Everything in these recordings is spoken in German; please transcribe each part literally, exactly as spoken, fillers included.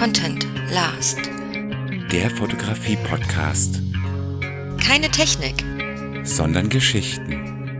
Content last. Der Fotografie-Podcast. Keine Technik, sondern Geschichten.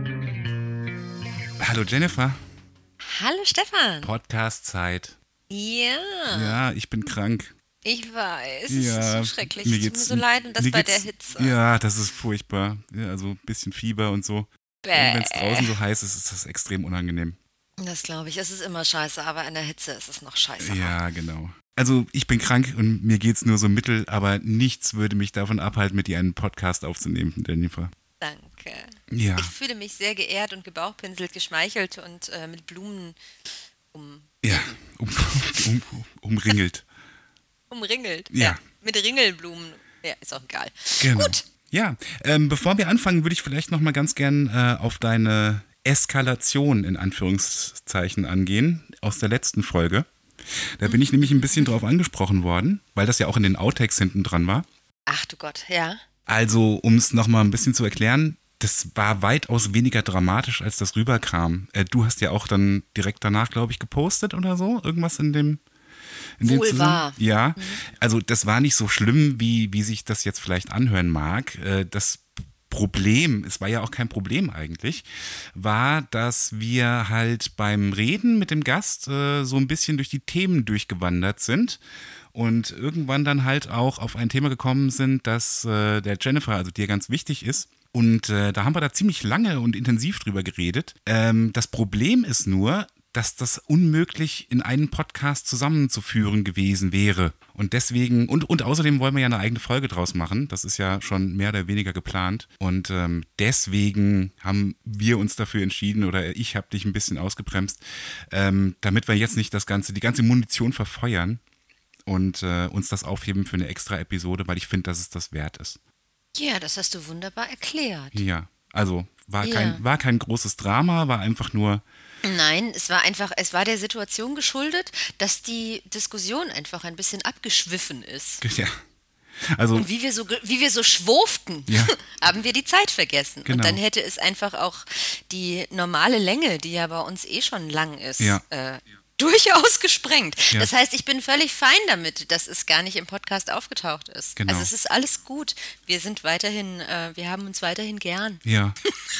Hallo Jennifer. Hallo Stefan. Podcast-Zeit. Ja. Ja, ich bin krank. Ich weiß, ja, es ist so schrecklich. Mir Es tut geht's, mir so leid und das bei der geht's, Hitze. Ja, das ist furchtbar. Ja, also ein bisschen Fieber und so. Wenn es draußen so heiß ist, ist das extrem unangenehm. Das glaube ich. Es ist immer scheiße, aber in der Hitze ist es noch scheiße. Ja, genau. Also ich bin krank und mir geht's nur so mittel, aber nichts würde mich davon abhalten, mit dir einen Podcast aufzunehmen, Jennifer. Danke. Ja. Ich fühle mich sehr geehrt und gebauchpinselt, geschmeichelt und äh, mit Blumen um, Ja, um, um, um, umringelt. umringelt. Ja. ja. Mit Ringelblumen. Ja, ist auch egal. Genau. Gut. Ja, ähm, bevor wir anfangen, würde ich vielleicht noch mal ganz gern äh, auf deine Eskalation in Anführungszeichen angehen aus der letzten Folge. Da bin ich nämlich ein bisschen drauf angesprochen worden, weil das ja auch in den Outtakes hinten dran war. Ach du Gott, ja. Also, um es noch mal ein bisschen zu erklären, das war weitaus weniger dramatisch, als das rüberkam. Äh, du hast ja auch dann direkt danach, glaube ich, gepostet oder so, irgendwas in dem in dem Wohl wahr. Ja, Mhm. also das war nicht so schlimm, wie, wie sich das jetzt vielleicht anhören mag. Äh, das Problem, es war ja auch kein Problem eigentlich, war, dass wir halt beim Reden mit dem Gast äh, so ein bisschen durch die Themen durchgewandert sind und irgendwann dann halt auch auf ein Thema gekommen sind, das äh, der Jennifer, also dir ganz wichtig ist. Und äh, da haben wir da ziemlich lange und intensiv drüber geredet. Ähm, das Problem ist nur, dass das unmöglich in einen Podcast zusammenzuführen gewesen wäre. Und deswegen, und, und außerdem wollen wir ja eine eigene Folge draus machen. Das ist ja schon mehr oder weniger geplant. Und ähm, deswegen haben wir uns dafür entschieden, oder ich habe dich ein bisschen ausgebremst, ähm, damit wir jetzt nicht das ganze, die ganze Munition verfeuern und äh, uns das aufheben für eine extra Episode, weil ich finde, dass es das wert ist. Ja, das hast du wunderbar erklärt. Ja, also war, Ja. kein, war kein großes Drama, war einfach nur... Nein, es war einfach, es war der Situation geschuldet, dass die Diskussion einfach ein bisschen abgeschwiffen ist. Ja, also... Und wie wir so, ge- wie wir so schwurften, Ja. haben wir die Zeit vergessen. Genau. Und dann hätte es einfach auch die normale Länge, die ja bei uns eh schon lang ist, Ja. äh, durchaus gesprengt. Ja. Das heißt, ich bin völlig fein damit, dass es gar nicht im Podcast aufgetaucht ist. Genau. Also es ist alles gut. Wir sind weiterhin, äh, wir haben uns weiterhin gern. Ja,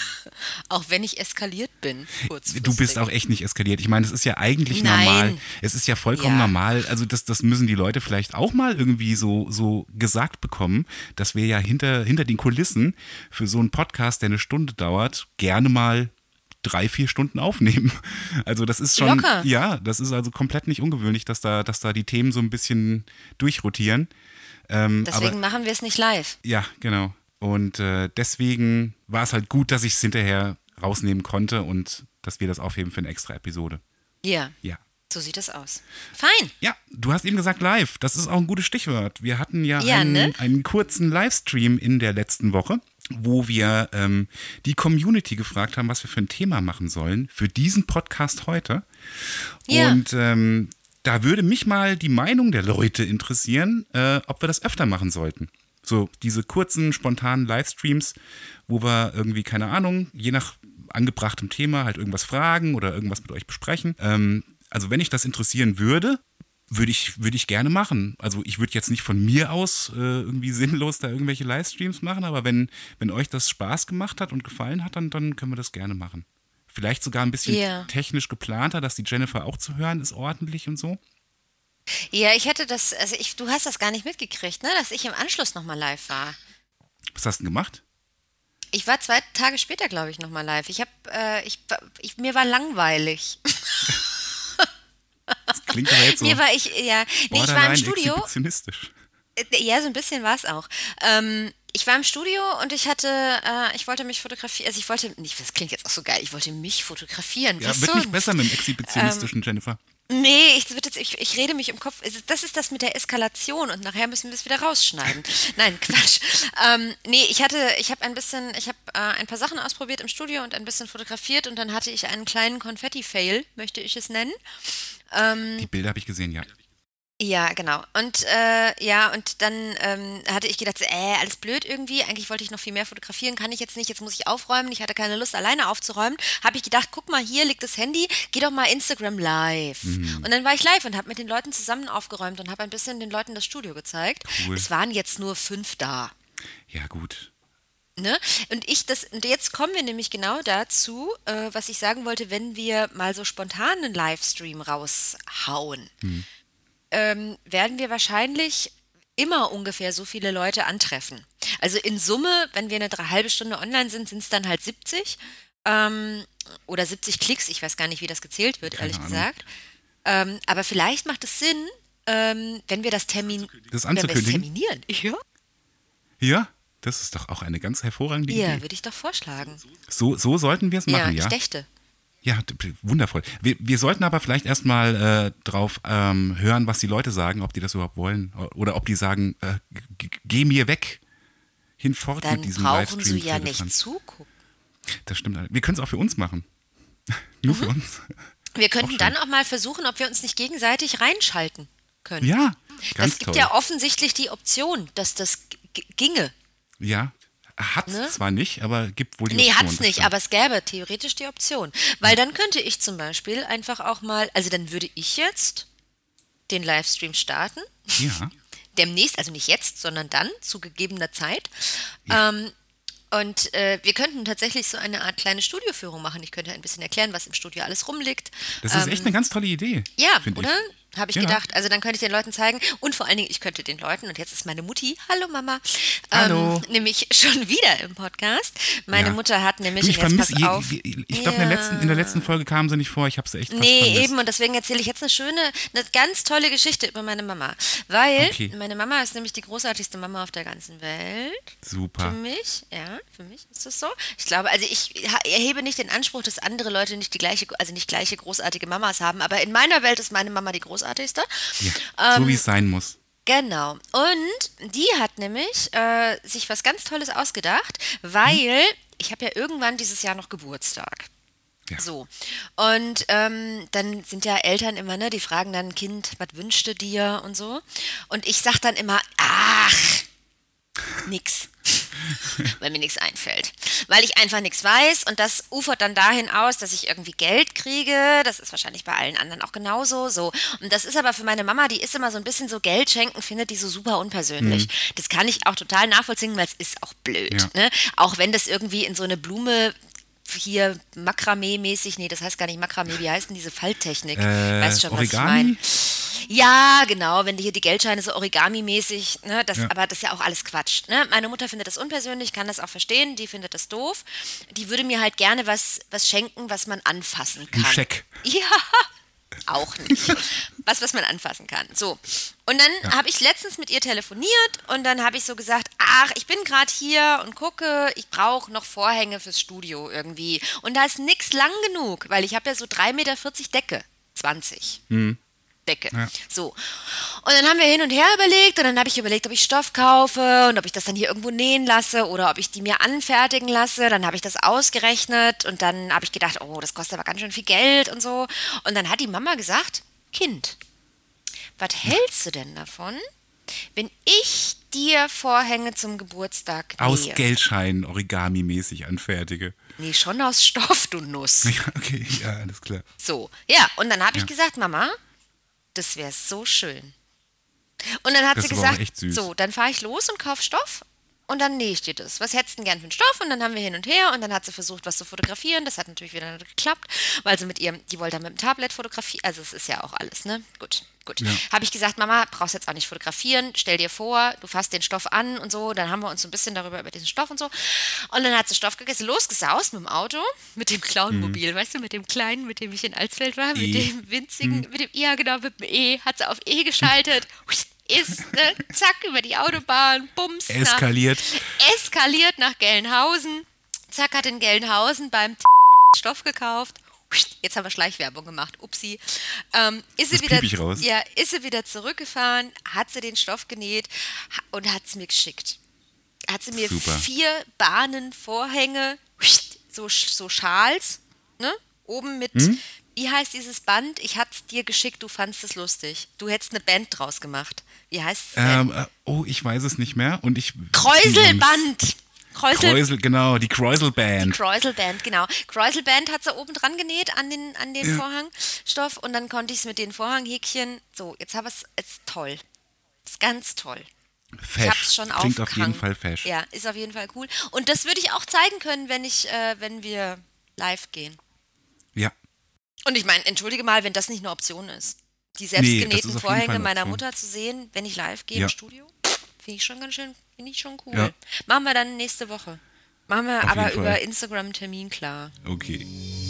Auch wenn ich eskaliert bin. Kurzfristig. du bist auch echt nicht eskaliert. Ich meine, es ist ja eigentlich Nein. normal. Es ist ja vollkommen Ja. normal. Also das, das müssen die Leute vielleicht auch mal irgendwie so, so gesagt bekommen, dass wir ja hinter, hinter den Kulissen für so einen Podcast, der eine Stunde dauert, gerne mal drei, vier Stunden aufnehmen. Also das ist schon, Locker. ja, das ist also komplett nicht ungewöhnlich, dass da, dass da die Themen so ein bisschen durchrotieren. Ähm, Deswegen aber, machen wir es nicht live. ja, genau. Und äh, deswegen war es halt gut, dass ich es hinterher rausnehmen konnte und dass wir das aufheben für eine extra Episode. Ja, Ja. so sieht es aus. Fein. Ja, du hast eben gesagt live. Das ist auch ein gutes Stichwort. Wir hatten ja, Ja, einen, ne? einen kurzen Livestream in der letzten Woche, wo wir ähm, die Community gefragt haben, was wir für ein Thema machen sollen für diesen Podcast heute. Ja. Und ähm, da würde mich mal die Meinung der Leute interessieren, äh, ob wir das öfter machen sollten. So diese kurzen, spontanen Livestreams, wo wir irgendwie, keine Ahnung, je nach angebrachtem Thema halt irgendwas fragen oder irgendwas mit euch besprechen. Ähm, also wenn ich das interessieren würde, würde ich, würde ich gerne machen. Also ich würde jetzt nicht von mir aus äh, irgendwie sinnlos da irgendwelche Livestreams machen, aber wenn, wenn euch das Spaß gemacht hat und gefallen hat, dann, dann können wir das gerne machen. Vielleicht sogar ein bisschen Ja. technisch geplanter, dass die Jennifer auch zu hören ist, ordentlich und so. Ja, ich hätte das, also ich, du hast das gar nicht mitgekriegt, ne, dass ich im Anschluss nochmal live war. Was hast du denn gemacht? Ich war zwei Tage später, glaube ich, nochmal live. Ich habe, äh, ich, ich, mir war langweilig. Das klingt aber jetzt so Mir war ich, ja, nee, ich war im borderline Studio. exhibitionistisch. Äh, Ja, so ein bisschen war es auch. Ähm, ich war im Studio und ich hatte, äh, ich wollte mich fotografieren, also ich wollte, nicht, das klingt jetzt auch so geil, ich wollte mich fotografieren. Ja, Was wird nicht sonst? besser mit dem exhibitionistischen, Jennifer. Nee, ich, wird jetzt, ich, ich rede mich im Kopf. Das ist das mit der Eskalation und nachher müssen wir es wieder rausschneiden. Nein, Quatsch. Ähm, nee, ich hatte, ich habe ein bisschen, ich habe äh, ein paar Sachen ausprobiert im Studio und ein bisschen fotografiert und dann hatte ich einen kleinen Konfetti-Fail, möchte ich es nennen. Ähm, Die Bilder habe ich gesehen, ja. Ja, genau. Und äh, ja, und dann ähm, hatte ich gedacht, so, äh, alles blöd irgendwie. Eigentlich wollte ich noch viel mehr fotografieren, kann ich jetzt nicht. Jetzt muss ich aufräumen. Ich hatte keine Lust, alleine aufzuräumen. Habe ich gedacht, guck mal, hier liegt das Handy. Geh doch mal Instagram live. Hm, Und dann war ich live und habe mit den Leuten zusammen aufgeräumt und habe ein bisschen den Leuten das Studio gezeigt. cool. Es waren jetzt nur fünf da. Ja, gut. Ne? Und ich das, und jetzt kommen wir nämlich genau dazu, äh, was ich sagen wollte, wenn wir mal so spontan einen Livestream raushauen, Hm. ähm, werden wir wahrscheinlich immer ungefähr so viele Leute antreffen. Also in Summe, wenn wir eine drei, halbe Stunde online sind, sind es dann halt siebzig ähm, oder siebzig Klicks. Ich weiß gar nicht, wie das gezählt wird, Keine ehrlich Ahnung. gesagt. Ähm, aber vielleicht macht es Sinn, ähm, wenn wir das Termin, Das wenn wir es anzukündigen? terminieren. Ja, Ja, das ist doch auch eine ganz hervorragende ja, Idee. würde ich doch vorschlagen. So, so sollten wir es Ja, machen, ich ja? dächte. Ja, d- wundervoll. Wir, wir sollten aber vielleicht erstmal äh, drauf ähm, hören, was die Leute sagen, ob die das überhaupt wollen. Oder ob die sagen, äh, g- g- geh mir weg, hinfort mit Dann diesem brauchen sie Livestream ja nicht Pferdefanz. zugucken. Das stimmt. Wir können es auch für uns machen. Nur für uns. Wir Auch könnten schön. dann auch mal versuchen, ob wir uns nicht gegenseitig reinschalten können. Ja, ganz Das gibt toll. ja offensichtlich die Option, dass das g- ginge. Ja, hat's Ne? zwar nicht, aber gibt wohl die Nee, Option. hat's das nicht, stimmt. aber es gäbe theoretisch die Option. Weil dann könnte ich zum Beispiel einfach auch mal, also dann würde ich jetzt den Livestream starten, Ja, demnächst, also nicht jetzt, sondern dann, zu gegebener Zeit. Ähm, und äh, wir könnten tatsächlich so eine Art kleine Studioführung machen. Ich könnte ein bisschen erklären, was im Studio alles rumliegt. das ist echt eine ganz tolle Idee. Ja, finde oder? ich. Habe ich Ja. gedacht. Also dann könnte ich den Leuten zeigen und vor allen Dingen, ich könnte den Leuten, und jetzt ist meine Mutti, hallo Mama, Hallo. Ähm, nämlich schon wieder im Podcast. Meine Ja. Mutter hat nämlich, Du, ich und jetzt pass vermisse, auf. ich, ich, ich glaube, in, der letzten- in der letzten Folge kamen sie nicht vor. Ich habe sie echt fast Nee, vermisst. eben, und deswegen erzähle ich jetzt eine schöne, eine ganz tolle Geschichte über meine Mama. Weil Okay. meine Mama ist nämlich die großartigste Mama auf der ganzen Welt. Für Super. mich, ja, für mich ist das so. Ich glaube, also ich ha- erhebe nicht den Anspruch, dass andere Leute nicht die gleiche, also nicht gleiche großartige Mamas haben, aber in meiner Welt ist meine Mama die großartigste. Ja, so Ähm, wie es sein muss. Genau. Und die hat nämlich äh, sich was ganz Tolles ausgedacht, weil ich habe ja irgendwann dieses Jahr noch Geburtstag. Ja. So. Und ähm, dann sind ja Eltern immer, ne, die fragen dann, Kind, was wünschst du dir und so. Und ich sag dann immer, ach, nix. Weil mir nichts einfällt. Weil ich einfach nichts weiß und das ufert dann dahin aus, dass ich irgendwie Geld kriege. Das ist wahrscheinlich bei allen anderen auch genauso. So. Und das ist aber für meine Mama, die ist immer so ein bisschen so Geld schenken, findet die so super unpersönlich. Das kann ich auch total nachvollziehen, weil es ist auch blöd. Ja. Ne? Auch wenn das irgendwie in so eine Blume hier Makramee-mäßig, nee, das heißt gar nicht Makramee, wie heißt denn diese Falttechnik? Äh, weißt schon, was ich Origami? meine? Ja, genau, wenn die hier die Geldscheine so Origami-mäßig, ne, das, Ja. aber das ist ja auch alles Quatsch. Ne? Meine Mutter findet das unpersönlich, kann das auch verstehen, die findet das doof. Die würde mir halt gerne was, was schenken, was man anfassen kann. Ein Scheck. Ja, auch nicht. Was, was man anfassen kann. So. Und dann Ja. habe ich letztens mit ihr telefoniert und dann habe ich so gesagt, ach, ich bin gerade hier und gucke, ich brauche noch Vorhänge fürs Studio irgendwie. Und da ist nix lang genug, weil ich habe ja so drei Meter vierzig Decke. zwanzig. Decke. Ja. So. Und dann haben wir hin und her überlegt und dann habe ich überlegt, ob ich Stoff kaufe und ob ich das dann hier irgendwo nähen lasse oder ob ich die mir anfertigen lasse. Dann habe ich das ausgerechnet und dann habe ich gedacht, oh, das kostet aber ganz schön viel Geld und so. Und dann hat die Mama gesagt, Kind, was hältst du denn davon, wenn ich dir Vorhänge zum Geburtstag nähe? Aus Geldscheinen Origami-mäßig anfertige. Nee, schon aus Stoff, du Nuss. Ja, okay, ja, alles klar. So, ja, und dann habe ich Ja. gesagt, Mama, das wäre so schön. Und dann hat Das sie ist aber auch gesagt, echt süß. so, dann fahre ich los und kauf Stoff und dann nähe ich dir das. Was hättest du denn gern für einen Stoff? Und dann haben wir hin und her und dann hat sie versucht, was zu fotografieren. Das hat natürlich wieder nicht geklappt, weil sie mit ihrem, die wollte dann mit dem Tablet fotografieren. Also es ist ja auch alles, ne? Gut, gut. Ja. Habe ich gesagt, Mama, brauchst jetzt auch nicht fotografieren. Stell dir vor, du fasst den Stoff an und so. Dann haben wir uns so ein bisschen darüber über diesen Stoff und so. Und dann hat sie Stoff gegessen, losgesaust mit dem Auto, mit dem Clownmobil, weißt du, mit dem kleinen, mit dem ich in Alsfeld war, mit E. dem winzigen, mit dem, ja genau, mit dem E, hat sie auf E geschaltet, ist, ne, zack, über die Autobahn, bums, Eskaliert. nach, eskaliert nach Gelnhausen, zack, hat in Gelnhausen beim Stoff gekauft. Jetzt haben wir Schleichwerbung gemacht, upsi. Ähm, ist sie Das wieder, piep ich raus. ja, ist sie wieder zurückgefahren, hat sie den Stoff genäht ha- und hat es mir geschickt. Hat sie mir Super. vier Bahnen Vorhänge, so, so Schals, ne? Oben mit, Hm? Wie heißt dieses Band? Ich hatte es dir geschickt, du fandst es lustig. Du hättest eine Band draus gemacht. Wie heißt es denn? Ähm, äh, oh, ich weiß es nicht mehr. Und ich Kräuselband! Kräusel, Kräusel, genau, die Kräuselband. Die Kräuselband, genau. Kräuselband hat sie oben dran genäht an den, an den Ja. Vorhangstoff und dann konnte ich es mit den Vorhanghäkchen. So, jetzt habe ich es. Ist toll. Ist ganz toll. Ich habe Fesch. es schon Klingt auf jeden aufgehangen. Fall fesch. Ja, ist auf jeden Fall cool. Und das würde ich auch zeigen können, wenn ich, äh, wenn wir live gehen. Ja. Und ich meine, entschuldige mal, wenn das nicht eine Option ist. Die Nee, das selbstgenähten ist auf jeden Vorhänge Fall eine meiner Option. Mutter zu sehen, wenn ich live gehe Ja. im Studio, finde ich schon ganz schön, finde ich schon cool. Ja. Machen wir dann nächste Woche. Machen wir Auf aber jeden über Fall. Instagram einen Termin klar. Okay.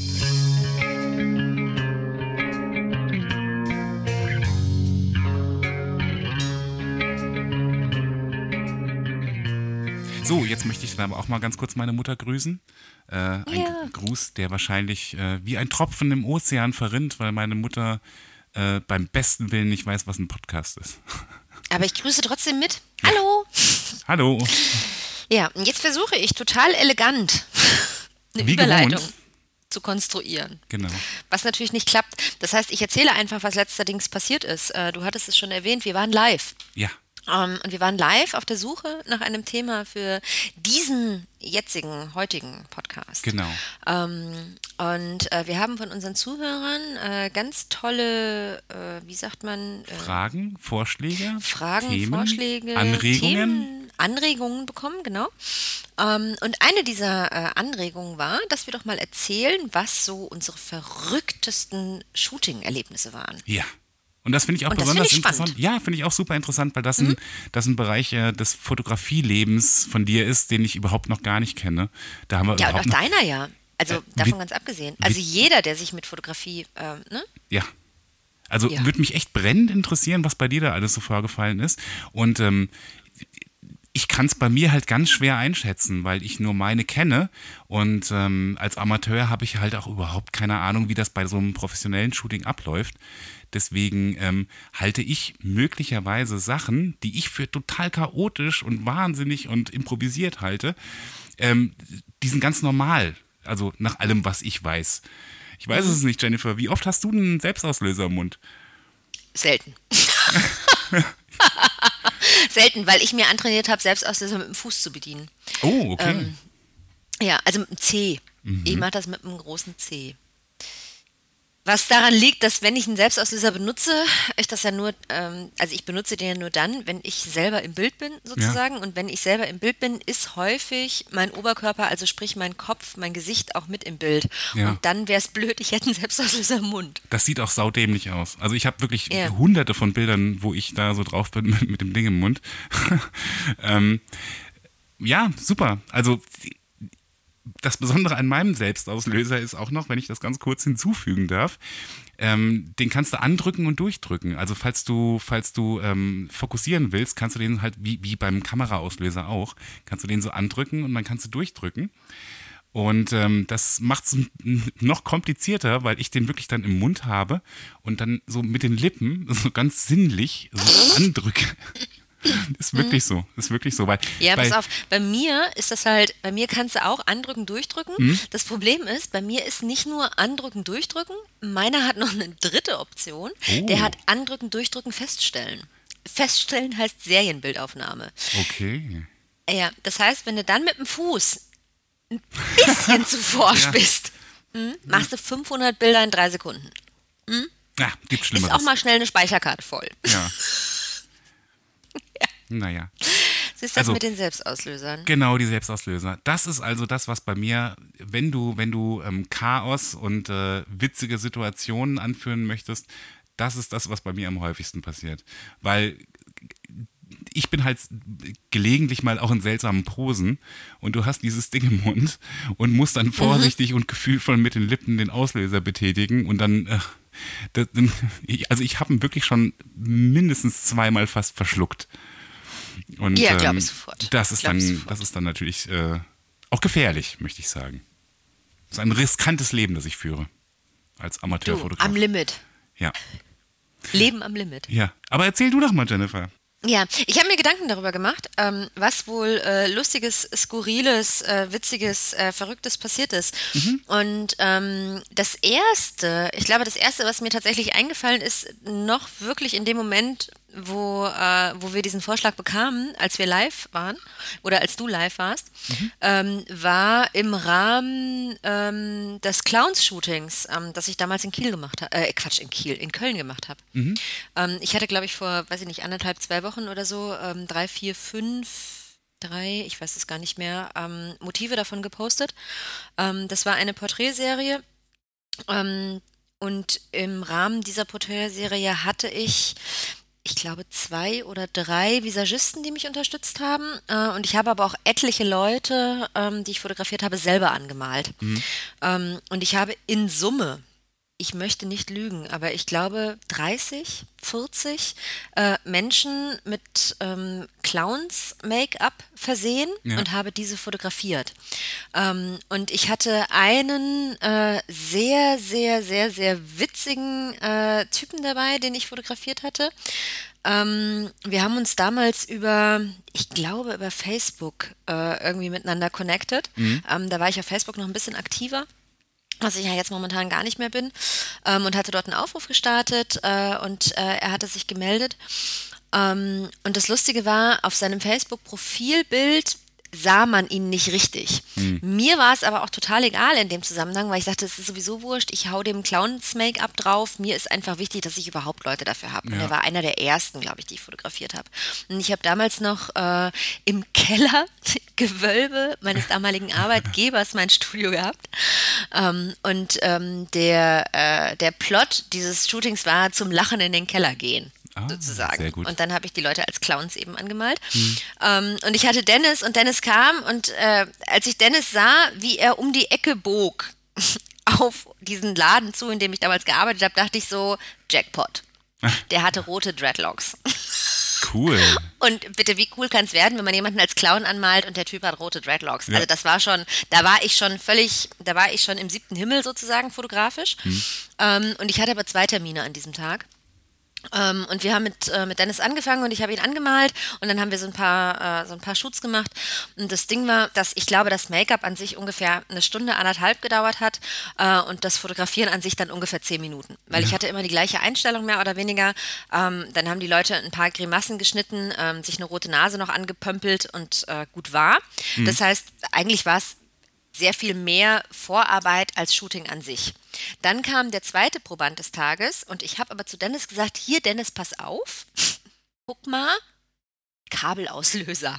So, jetzt möchte ich dann aber auch mal ganz kurz meine Mutter grüßen. Äh, ein Ja. Gruß, der wahrscheinlich äh, wie ein Tropfen im Ozean verrinnt, weil meine Mutter äh, beim besten Willen nicht weiß, was ein Podcast ist. Aber ich grüße trotzdem mit. Hallo! Hallo. Ja, und jetzt versuche ich total elegant eine Wie Überleitung gewohnt. zu konstruieren. Genau. Was natürlich nicht klappt. Das heißt, ich erzähle einfach, was letzterdings passiert ist. Äh, Du hattest es schon erwähnt, wir waren live. Ja. Ähm, und wir waren live auf der Suche nach einem Thema für diesen jetzigen, heutigen Podcast. Genau. Ähm, und äh, wir haben von unseren Zuhörern äh, ganz tolle, äh, wie sagt man, äh, Fragen, Vorschläge, Fragen, Themen, Vorschläge, Anregungen. Themen, Anregungen bekommen, genau. Ähm, und eine dieser äh, Anregungen war, dass wir doch mal erzählen, was so unsere verrücktesten Shooting-Erlebnisse waren. Ja. Und das finde ich auch Und das besonders finde ich interessant. spannend. Ja, finde ich auch super interessant, weil das, ein, das ein Bereich äh, des Fotografielebens von dir ist, den ich überhaupt noch gar nicht kenne. Da haben wir Ja, und auch überhaupt noch, deiner ja. Also Äh, davon wie- ganz abgesehen. Also jeder, der sich mit Fotografie, ähm, ne? Ja. Also Ja. würde mich echt brennend interessieren, was bei dir da alles so vorgefallen ist. Und ähm, ich kann es bei mir halt ganz schwer einschätzen, weil ich nur meine kenne. Und ähm, als Amateur habe ich halt auch überhaupt keine Ahnung, wie das bei so einem professionellen Shooting abläuft. Deswegen ähm, halte ich möglicherweise Sachen, die ich für total chaotisch und wahnsinnig und improvisiert halte, ähm, die sind ganz normal. Also nach allem, was ich weiß. Ich weiß es nicht, Jennifer. Wie oft hast du einen Selbstauslöser im Mund? Selten. Selten, weil ich mir antrainiert habe, Selbstauslöser mit dem Fuß zu bedienen. Oh, okay. Ähm, Ja, also mit dem C. Mhm. Ich mache das mit einem großen C. Was daran liegt, dass wenn ich einen Selbstauslöser benutze, ich das ja nur, ähm, also ich benutze den ja nur dann, wenn ich selber im Bild bin sozusagen. Und wenn ich selber im Bild bin, ist häufig mein Oberkörper, also sprich mein Kopf, mein Gesicht auch mit im Bild. Ja. Und dann wäre es blöd, ich hätte einen Selbstauslöser im Mund. Das sieht auch saudämlich aus. Also ich habe wirklich Ja. hunderte von Bildern, wo ich da so drauf bin mit, mit dem Ding im Mund. ähm, ja, super. Also das Besondere an meinem Selbstauslöser ist auch noch, wenn ich das ganz kurz hinzufügen darf, ähm, den kannst du andrücken und durchdrücken. Also falls du, falls du ähm, fokussieren willst, kannst du den halt, wie, wie beim Kameraauslöser auch, kannst du den so andrücken und dann kannst du durchdrücken. Und ähm, das macht es noch komplizierter, weil ich den wirklich dann im Mund habe und dann so mit den Lippen so ganz sinnlich so andrücke. Ist wirklich so, ist wirklich so. Weil Ja, bei, pass auf, bei mir ist das halt, bei mir kannst du auch andrücken, durchdrücken. Mhm. Das Problem ist, bei mir ist nicht nur andrücken, durchdrücken, meiner hat noch eine dritte Option, Oh. der hat andrücken, durchdrücken, feststellen. Feststellen heißt Serienbildaufnahme. Okay. Ja, das heißt, wenn du dann mit dem Fuß ein bisschen zu forsch Ja. bist, hm, machst du fünfhundert Bilder in drei Sekunden. Ja, gibt Ist Schlimmeres. auch mal schnell eine Speicherkarte voll. Ja. Naja. So ist das Also- mit den Selbstauslösern. Genau, die Selbstauslöser. Das ist also das, was bei mir, wenn du, wenn du ähm, Chaos und äh, witzige Situationen anführen möchtest, das ist das, was bei mir am häufigsten passiert. Weil ich bin halt gelegentlich mal auch in seltsamen Posen und du hast dieses Ding im Mund und musst dann vorsichtig und gefühlvoll mit den Lippen den Auslöser betätigen und dann, äh, das, ich, also ich habe ihn wirklich schon mindestens zweimal fast verschluckt. Und Ja, glaub ähm, ich sofort. Das ist Glaub ich dann, sofort. das ist dann natürlich äh, auch gefährlich, möchte ich sagen. Es ist ein riskantes Leben, das ich führe als Du, Amateurfotograf. am Limit. Ja, Leben am Limit. ja. Aber erzähl du doch mal, Jennifer. Ja, ich habe mir Gedanken darüber gemacht, ähm, was wohl äh, Lustiges, Skurriles, äh, Witziges, äh, Verrücktes passiert ist. Und ähm, das Erste, ich glaube, das Erste, was mir tatsächlich eingefallen ist, noch wirklich in dem Moment, wo, äh, wo wir diesen Vorschlag bekamen, als wir live waren oder als du live warst, ähm, war im Rahmen ähm, des Clowns-Shootings, ähm, das ich damals in Kiel gemacht habe, äh, Quatsch, in Kiel, in Köln gemacht habe. Ähm, ich hatte, glaube ich, vor, weiß ich nicht, anderthalb, zwei Wochen oder so, ähm, drei, vier, fünf, drei, ich weiß es gar nicht mehr, ähm, Motive davon gepostet. Ähm, das war eine Porträtserie. Ähm, und im Rahmen dieser Porträtserie hatte ich, ich glaube, zwei oder drei Visagisten, die mich unterstützt haben. Äh, und ich habe aber auch etliche Leute, ähm, die ich fotografiert habe, selber angemalt. Ähm, und ich habe in Summe, ich möchte nicht lügen, aber ich glaube dreißig, vierzig äh, Menschen mit ähm, Clowns-Make-up versehen Ja. und habe diese fotografiert. Ähm, und ich hatte einen äh, sehr, sehr, sehr, sehr witzigen äh, Typen dabei, den ich fotografiert hatte. Ähm, wir haben uns damals über, ich glaube, über Facebook äh, irgendwie miteinander connected. Ähm, da war ich auf Facebook noch ein bisschen aktiver, was ich ja jetzt momentan gar nicht mehr bin, ähm, und hatte dort einen Aufruf gestartet äh, und äh, er hatte sich gemeldet. Ähm, und das Lustige war, auf seinem Facebook-Profilbild sah man ihn nicht richtig. Mir war es aber auch total egal in dem Zusammenhang, weil ich dachte, es ist sowieso wurscht, ich hau dem Clowns-Make-up drauf. Mir ist einfach wichtig, dass ich überhaupt Leute dafür habe. Und Ja. er war einer der ersten, glaube ich, die ich fotografiert habe. Und ich habe damals noch äh, im Keller Gewölbe meines damaligen Arbeitgebers mein Studio gehabt. Ähm, und ähm, der, äh, der Plot dieses Shootings war zum Lachen in den Keller gehen. Ah, Sozusagen. sehr gut. Und dann habe ich die Leute als Clowns eben angemalt. Ähm, und ich hatte Dennis und Dennis kam und äh, als ich Dennis sah, wie er um die Ecke bog auf diesen Laden zu, in dem ich damals gearbeitet habe, dachte ich so, Jackpot. Der hatte rote Dreadlocks. Cool. Und bitte, wie cool kann es werden, wenn man jemanden als Clown anmalt und der Typ hat rote Dreadlocks? Ja. Also das war schon, da war ich schon völlig, da war ich schon im siebten Himmel sozusagen fotografisch. Ähm, und ich hatte aber zwei Termine an diesem Tag. Ähm, und wir haben mit, äh, mit Dennis angefangen und ich habe ihn angemalt und dann haben wir so ein paar, äh, so ein paar Shoots gemacht. Und das Ding war, dass ich glaube, das Make-up an sich ungefähr eine Stunde, anderthalb gedauert hat äh, und das Fotografieren an sich dann ungefähr zehn Minuten. Weil ich hatte immer die gleiche Einstellung mehr oder weniger. Ähm, dann haben die Leute ein paar Grimassen geschnitten, ähm, sich eine rote Nase noch angepömpelt und äh, gut war. Das heißt, eigentlich war es sehr viel mehr Vorarbeit als Shooting an sich. Dann kam der zweite Proband des Tages und ich habe aber zu Dennis gesagt, hier Dennis, pass auf, guck mal, Kabelauslöser.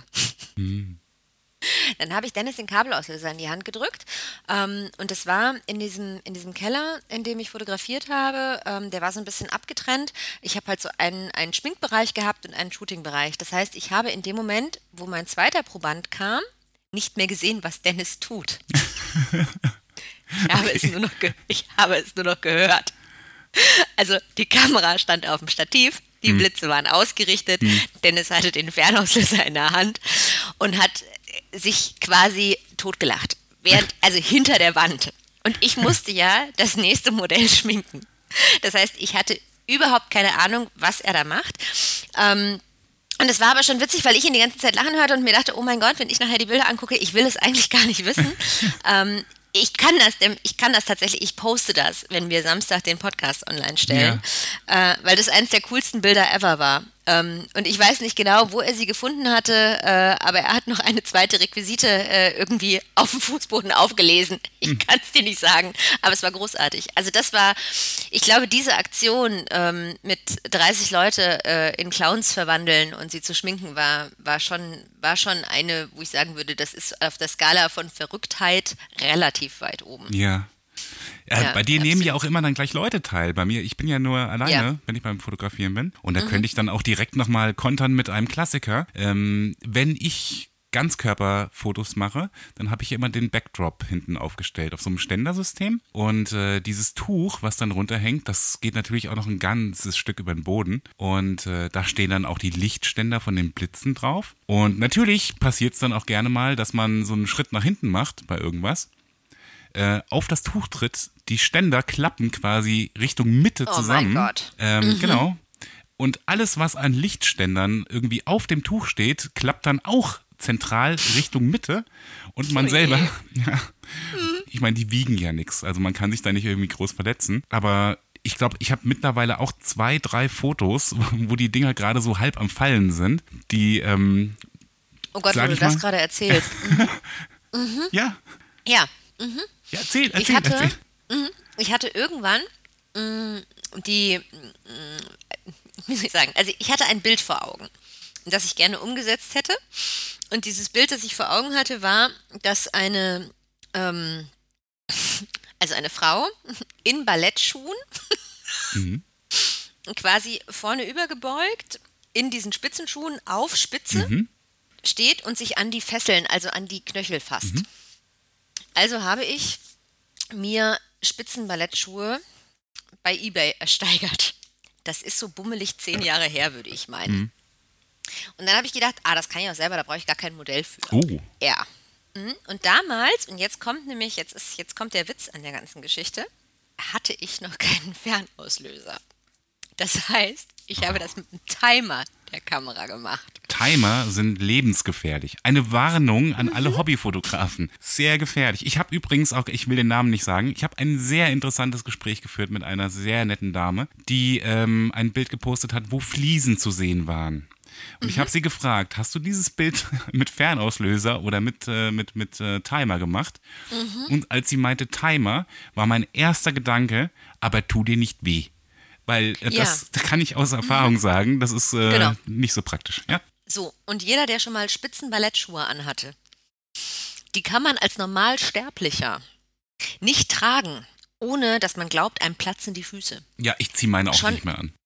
Dann habe ich Dennis den Kabelauslöser in die Hand gedrückt ähm, und es war in diesem, in diesem Keller, in dem ich fotografiert habe, ähm, der war so ein bisschen abgetrennt. Ich habe halt so einen, einen Schminkbereich gehabt und einen Shootingbereich. Das heißt, ich habe in dem Moment, wo mein zweiter Proband kam, nicht mehr gesehen, was Dennis tut. Ich habe, es nur noch ge- ich habe es nur noch gehört. Also die Kamera stand auf dem Stativ, die Blitze waren ausgerichtet, Dennis hatte den Fernauslöser in der Hand und hat sich quasi totgelacht. Während, also hinter der Wand. Und ich musste ja das nächste Modell schminken. Das heißt, ich hatte überhaupt keine Ahnung, was er da macht. Ähm, Und es war aber schon witzig, weil ich ihn die ganze Zeit lachen hörte und mir dachte, oh mein Gott, wenn ich nachher die Bilder angucke, ich will es eigentlich gar nicht wissen. ähm, ich kann das, denn ich kann das tatsächlich, ich poste das, wenn wir Samstag den Podcast online stellen, äh, weil das eines der coolsten Bilder ever war. Ähm, und ich weiß nicht genau, wo er sie gefunden hatte, äh, aber er hat noch eine zweite Requisite äh, irgendwie auf dem Fußboden aufgelesen. Ich kann es dir nicht sagen, aber es war großartig. Also das war, ich glaube, diese Aktion ähm, mit dreißig Leute äh, in Clowns verwandeln und sie zu schminken, war, war, schon, war schon eine, wo ich sagen würde, das ist auf der Skala von Verrücktheit relativ weit oben. Ja. Ja, Ja, bei dir nehmen absolut. ja auch immer dann gleich Leute teil. Bei mir, ich bin ja nur alleine, Ja. wenn ich beim Fotografieren bin. Und da könnte ich dann auch direkt nochmal kontern mit einem Klassiker. Ähm, wenn ich Ganzkörperfotos mache, dann habe ich immer den Backdrop hinten aufgestellt auf so einem Ständersystem. Und äh, dieses Tuch, was dann runterhängt, das geht natürlich auch noch ein ganzes Stück über den Boden. Und äh, da stehen dann auch die Lichtständer von den Blitzen drauf. Und natürlich passiert es dann auch gerne mal, dass man so einen Schritt nach hinten macht bei irgendwas. Äh, auf das Tuch tritt, die Ständer klappen quasi Richtung Mitte Oh zusammen. mein Gott. Ähm, Genau. und alles, was an Lichtständern irgendwie auf dem Tuch steht, klappt dann auch zentral Richtung Mitte und man Oh selber, je. ja, ich meine, die wiegen ja nichts, also man kann sich da nicht irgendwie groß verletzen, aber ich glaube, ich habe mittlerweile auch zwei, drei Fotos, wo die Dinger gerade so halb am Fallen sind, die, ähm, Oh Gott, wo sag du ich das mal, gerade erzählst. Mhm. ja, Ja, ja, erzähl, ich erzähl, hatte, erzähl. mhm, ich hatte irgendwann mh, die, mh, wie soll ich sagen, also ich hatte ein Bild vor Augen, das ich gerne umgesetzt hätte. Und dieses Bild, das ich vor Augen hatte, war, dass eine, ähm, also eine Frau in Ballettschuhen, Mhm. quasi vorne übergebeugt, in diesen Spitzenschuhen auf Spitze Mhm. steht und sich an die Fesseln, also an die Knöchel fasst. Mhm. Also habe ich mir Spitzenballettschuhe bei eBay ersteigert. Das ist so bummelig zehn Jahre her, würde ich meinen. Mhm. Und dann habe ich gedacht, ah, das kann ich auch selber, da brauche ich gar kein Modell für. Oh, Ja. Mhm. Und damals, und jetzt kommt nämlich, jetzt ist, jetzt kommt der Witz an der ganzen Geschichte, hatte ich noch keinen Fernauslöser. Das heißt, ich habe das mit einem Timer der Kamera gemacht. Timer sind lebensgefährlich. Eine Warnung an alle Hobbyfotografen. Sehr gefährlich. Ich habe übrigens auch, ich will den Namen nicht sagen, ich habe ein sehr interessantes Gespräch geführt mit einer sehr netten Dame, die ähm, ein Bild gepostet hat, wo Fliesen zu sehen waren. Und ich habe sie gefragt, hast du dieses Bild mit Fernauslöser oder mit, äh, mit, mit äh, Timer gemacht? Und als sie meinte Timer, war mein erster Gedanke, aber tu dir nicht weh. Weil äh, Ja. das, da kann ich aus Erfahrung sagen, das ist äh, Genau. nicht so praktisch. Ja? So, und jeder, der schon mal Spitzenballettschuhe anhatte, die kann man als Normalsterblicher nicht tragen, ohne dass man glaubt, einem platzen die Füße. Ja, ich ziehe meine auch Schon- nicht mehr an.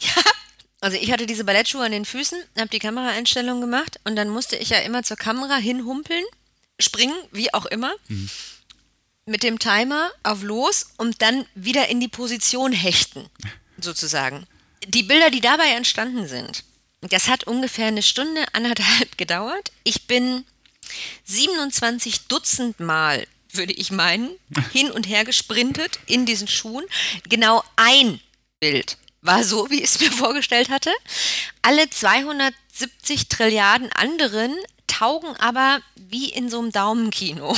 Also ich hatte diese Ballettschuhe an den Füßen, habe die Kameraeinstellung gemacht und dann musste ich ja immer zur Kamera hinhumpeln, springen, wie auch immer, mit dem Timer auf los und dann wieder in die Position hechten, sozusagen. Die Bilder, die dabei entstanden sind, das hat ungefähr eine Stunde, anderthalb gedauert. Ich bin siebenundzwanzig Dutzend Mal, würde ich meinen, hin und her gesprintet in diesen Schuhen. Genau ein Bild war so, wie ich es mir vorgestellt hatte. Alle zweihundertsiebzig Trilliarden anderen taugen aber wie in so einem Daumenkino.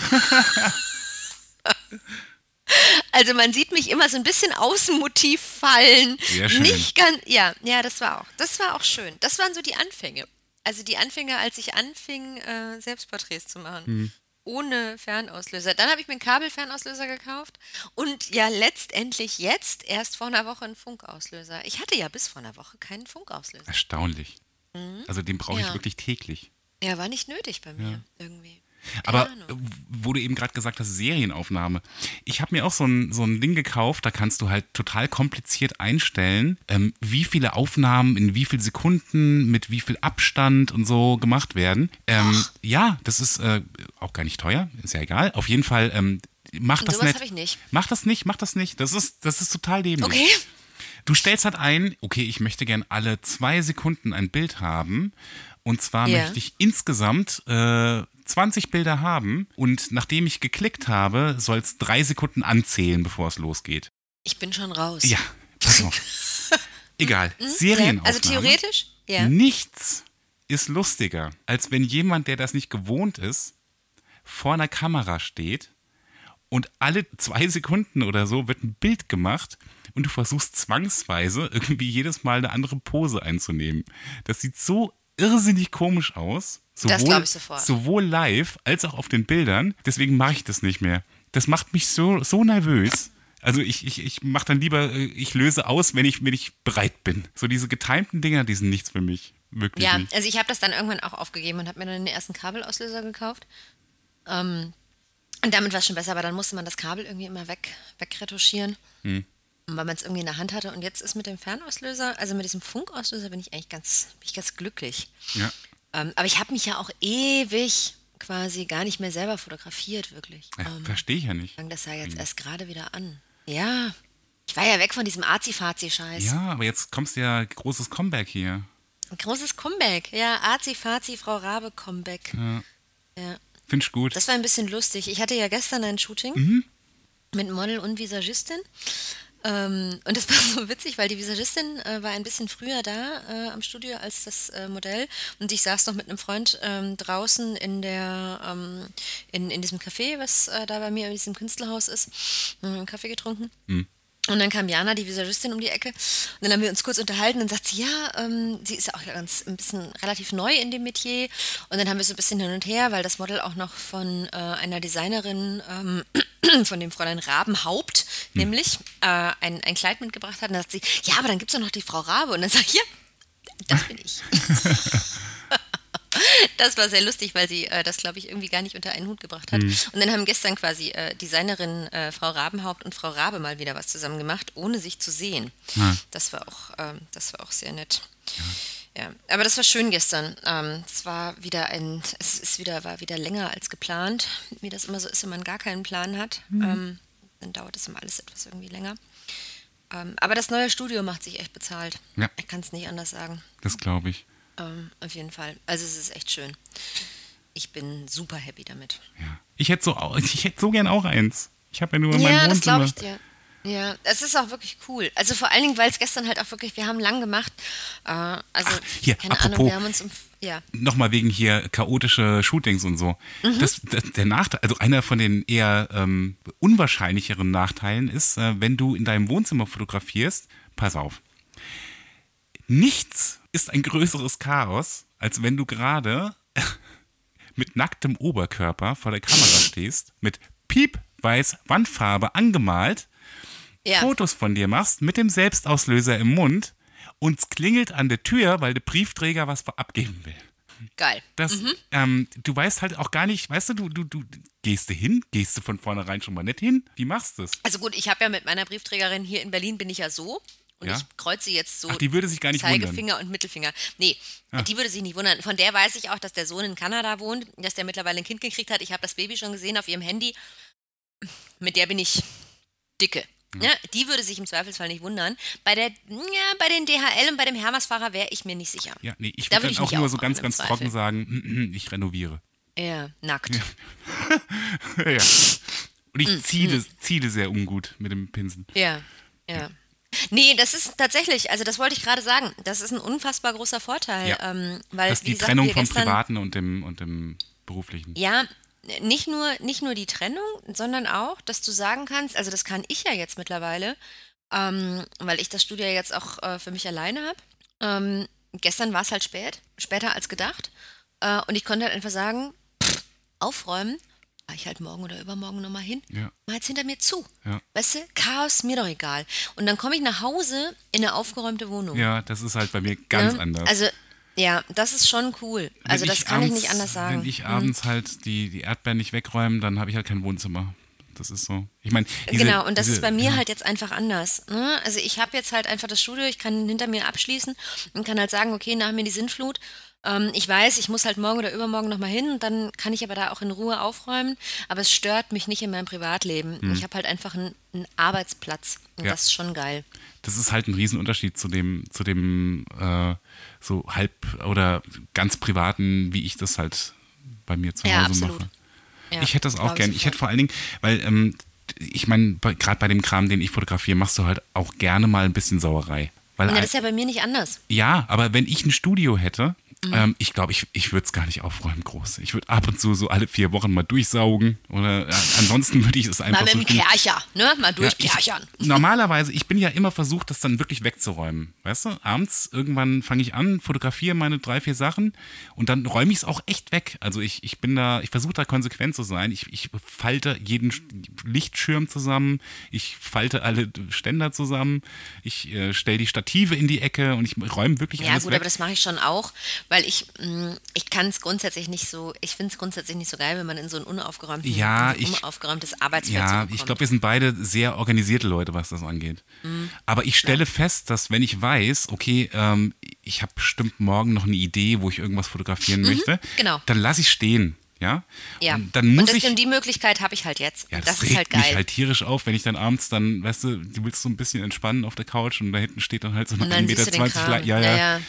Also man sieht mich immer so ein bisschen aus dem Motiv fallen. Sehr schön. Nicht ganz, ja, ja, das war auch, das war auch schön. Das waren so die Anfänge. Also die Anfänge, als ich anfing, äh, Selbstporträts zu machen. Hm. Ohne Fernauslöser. Dann habe ich mir einen Kabelfernauslöser gekauft und ja, letztendlich jetzt erst vor einer Woche einen Funkauslöser. Ich hatte ja bis vor einer Woche keinen Funkauslöser. Erstaunlich. Also den brauche ich Ja. wirklich täglich. Ja, war nicht nötig bei mir irgendwie. Aber Keine äh, Ahnung. wo du eben gerade gesagt hast, Serienaufnahme. Ich habe mir auch so ein, so ein Ding gekauft, da kannst du halt total kompliziert einstellen, ähm, wie viele Aufnahmen in wie viel Sekunden, mit wie viel Abstand und so gemacht werden. Ähm, ja, das ist äh, auch gar nicht teuer, ist ja egal. Auf jeden Fall, ähm, mach Und das sowas nicht. habe ich nicht. Mach das nicht, mach das nicht. Das ist, das ist total dämlich. Okay. Du stellst halt ein, okay, ich möchte gern alle zwei Sekunden ein Bild haben. Und zwar Ja. möchte ich insgesamt äh, zwanzig Bilder haben. Und nachdem ich geklickt habe, soll es drei Sekunden anzählen, bevor es losgeht. Ich bin schon raus. Ja, pass auf. Egal. Serienaufnahme. Also theoretisch, ja. Nichts ist lustiger, als wenn jemand, der das nicht gewohnt ist, vor einer Kamera steht und alle zwei Sekunden oder so wird ein Bild gemacht und du versuchst zwangsweise irgendwie jedes Mal eine andere Pose einzunehmen. Das sieht so irrsinnig komisch aus. Sowohl, Das glaub ich sofort. Sowohl live als auch auf den Bildern. Deswegen mache ich das nicht mehr. Das macht mich so, so nervös. Also ich, ich, ich mache dann lieber, äh, ich löse aus, wenn ich, wenn ich bereit bin. So diese getimten Dinger, die sind nichts für mich. Wirklich Ja, nicht. also ich habe das dann irgendwann auch aufgegeben und habe mir dann den ersten Kabelauslöser gekauft. Ähm, und damit war es schon besser, aber dann musste man das Kabel irgendwie immer weg, wegretuschieren, Hm. weil man es irgendwie in der Hand hatte. Und jetzt ist mit dem Fernauslöser, also mit diesem Funkauslöser, bin ich eigentlich ganz, bin ich ganz glücklich. Ja. Ähm, aber ich habe mich ja auch ewig quasi gar nicht mehr selber fotografiert, wirklich. Ja, Ähm, verstehe ich ja nicht. fang das ja jetzt erst gerade wieder an. Ja, ich war ja weg von diesem Azi-Fazi-Scheiß. Ja, aber jetzt kommst du ja großes Comeback hier. Ein großes Comeback. Ja, Azi-Fazi, Frau Rabe Comeback. Ja. Ja. Finde ich gut. Das war ein bisschen lustig. Ich hatte ja gestern ein Shooting Mhm. mit Model und Visagistin. Ähm, und das war so witzig, weil die Visagistin äh, war ein bisschen früher da äh, am Studio als das äh, Modell und ich saß noch mit einem Freund ähm, draußen in der ähm, in, in diesem Café, was äh, da bei mir in diesem Künstlerhaus ist, haben einen Kaffee getrunken. Hm. Und dann kam Jana, die Visagistin, um die Ecke. Und dann haben wir uns kurz unterhalten. Und dann sagt sie, ja, ähm, sie ist ja auch ganz ein bisschen relativ neu in dem Metier. Und dann haben wir so ein bisschen hin und her, weil das Model auch noch von äh, einer Designerin, ähm, von dem Fräulein Rabenhaupt, hm. nämlich äh, ein, ein Kleid mitgebracht hat. Und dann sagt sie, ja, aber dann gibt es doch noch die Frau Rabe. Und dann sage ich, ja, das bin ich. Das war sehr lustig, weil sie äh, das, glaube ich, irgendwie gar nicht unter einen Hut gebracht hat. Mhm. Und dann haben gestern quasi äh, Designerin äh, Frau Rabenhaupt und Frau Rabe mal wieder was zusammen gemacht, ohne sich zu sehen. Ja. Das war auch, ähm, das war auch sehr nett. Ja. Ja. Aber das war schön gestern. Ähm, es war wieder ein, es ist wieder, war wieder länger als geplant, wie das immer so ist, wenn man gar keinen Plan hat. Mhm. Ähm, dann dauert das immer alles etwas irgendwie länger. Ähm, aber das neue Studio macht sich echt bezahlt. Ja. Ich kann es nicht anders sagen. Das glaube ich. Um, auf jeden Fall. Also es ist echt schön. Ich bin super happy damit. Ja. Ich hätte so, ich hätte so gern auch eins. Ich habe ja nur mein ja, Wohnzimmer. Das glaube ich dir. Ja, es ist auch wirklich cool. Also vor allen Dingen, weil es gestern halt auch wirklich, wir haben lang gemacht. Äh, also Ach, hier, keine apropos, Ahnung, wir haben uns um, ja. Nochmal wegen hier chaotische Shootings und so. Mhm. Das, das, der Nachteil, also einer von den eher ähm, unwahrscheinlicheren Nachteilen ist, äh, wenn du in deinem Wohnzimmer fotografierst, pass auf. Nichts ist ein größeres Chaos, als wenn du gerade mit nacktem Oberkörper vor der Kamera stehst, mit piepweiß Wandfarbe angemalt, ja. Fotos von dir machst, mit dem Selbstauslöser im Mund und es klingelt an der Tür, weil der Briefträger was abgeben will. Geil. Das, mhm. ähm, du weißt halt auch gar nicht, weißt du, du, du, du gehst du hin, gehst du von vornherein schon mal nicht hin? Wie machst du das? Also gut, ich habe ja mit meiner Briefträgerin hier in Berlin, bin ich ja so. Und ja? ich kreuze jetzt so Ach, die würde sich gar nicht Zeigefinger wundern. und Mittelfinger. Nee, ah. die würde sich nicht wundern. Von der weiß ich auch, dass der Sohn in Kanada wohnt, dass der mittlerweile ein Kind gekriegt hat. Ich habe das Baby schon gesehen auf ihrem Handy. Mit der bin ich dicke. Ja. Ja, die würde sich im Zweifelsfall nicht wundern. Bei der, ja, bei den D H L und bei dem Hermersfahrer wäre ich mir nicht sicher. Ja, nee, ich würde dann auch nur so ganz, ganz trocken sagen, ich renoviere. Ja, nackt. Ja. ja. Und ich mm, ziele, mm. ziele sehr ungut mit dem Pinsel. Ja, ja. ja. Nee, das ist tatsächlich, also das wollte ich gerade sagen, das ist ein unfassbar großer Vorteil. Ja, ähm, weil, das ist die gesagt, Trennung vom gestern, Privaten und dem, und dem Beruflichen. Ja, nicht nur, nicht nur die Trennung, sondern auch, dass du sagen kannst, also das kann ich ja jetzt mittlerweile, ähm, weil ich das Studio jetzt auch äh, für mich alleine habe. Ähm, gestern war es halt spät, später als gedacht. Äh, und ich konnte halt einfach sagen, pff, aufräumen, fahre ich halt morgen oder übermorgen nochmal hin, ja. mal jetzt hinter mir zu. Ja. Weißt du, Chaos, mir doch egal. Und dann komme ich nach Hause in eine aufgeräumte Wohnung. Ja, das ist halt bei mir ganz ja? anders. Also ja, das ist schon cool. Wenn also das kann abends, ich nicht anders sagen. Wenn ich abends mhm. halt die, die Erdbeeren nicht wegräume, dann habe ich halt kein Wohnzimmer. Das ist so. Ich meine, genau, und das diese, ist bei mir ja. halt jetzt einfach anders. Ne? Also ich habe jetzt halt einfach das Studio, ich kann hinter mir abschließen und kann halt sagen, okay, nach mir die Sintflut. Ähm, ich weiß, ich muss halt morgen oder übermorgen nochmal hin und dann kann ich aber da auch in Ruhe aufräumen. Aber es stört mich nicht in meinem Privatleben. Hm. Ich habe halt einfach einen, einen Arbeitsplatz und ja. das ist schon geil. Das ist halt ein Riesenunterschied zu dem, zu dem äh, so halb oder ganz privaten, wie ich das halt bei mir zu ja, Hause absolut. mache. Ja, ich hätte das auch gern. Ich hätte vor allen Dingen, weil ähm, ich meine, gerade bei dem Kram, den ich fotografiere, machst du halt auch gerne mal ein bisschen Sauerei. Weil ja, das ist ja bei mir nicht anders. Ja, aber wenn ich ein Studio hätte, mhm. ähm, ich glaube, ich, ich würde es gar nicht aufräumen groß. Ich würde ab und zu so alle vier Wochen mal durchsaugen oder äh, ansonsten würde ich es einfach mal mit so dem Kercher, ne? Mal durchkerchern. Ja, ich, normalerweise, ich bin ja immer versucht, das dann wirklich wegzuräumen. Weißt du, abends irgendwann fange ich an, fotografiere meine drei, vier Sachen und dann räume ich es auch echt weg. Also ich, ich bin da, ich versuche da konsequent zu sein. Ich, ich falte jeden Lichtschirm zusammen, ich falte alle Ständer zusammen, ich äh, stelle die Stative in die Ecke und ich räume wirklich ja, alles gut, weg. Ja gut, aber das mache ich schon auch, weil ich, mh, ich kann es grundsätzlich nicht so, ich finde es grundsätzlich nicht so geil, wenn man in so ein unaufgeräumten, ja, ein ich, unaufgeräumtes Arbeitsfeld Ja, ich glaube, wir sind beide sehr organisierte Leute, was das angeht. Mhm. Aber ich stelle ja. fest, dass wenn ich weiß, okay, ähm, ich habe bestimmt morgen noch eine Idee, wo ich irgendwas fotografieren mhm, möchte, genau. dann lasse ich stehen. Ja, ja. Und dann muss und das, ich, die Möglichkeit habe ich halt jetzt. Ja, das, das regt ist halt geil. mich halt tierisch auf, wenn ich dann abends dann, weißt du, du willst so ein bisschen entspannen auf der Couch und da hinten steht dann halt so eine ein Meter zwanzig. Ja, ja, ja,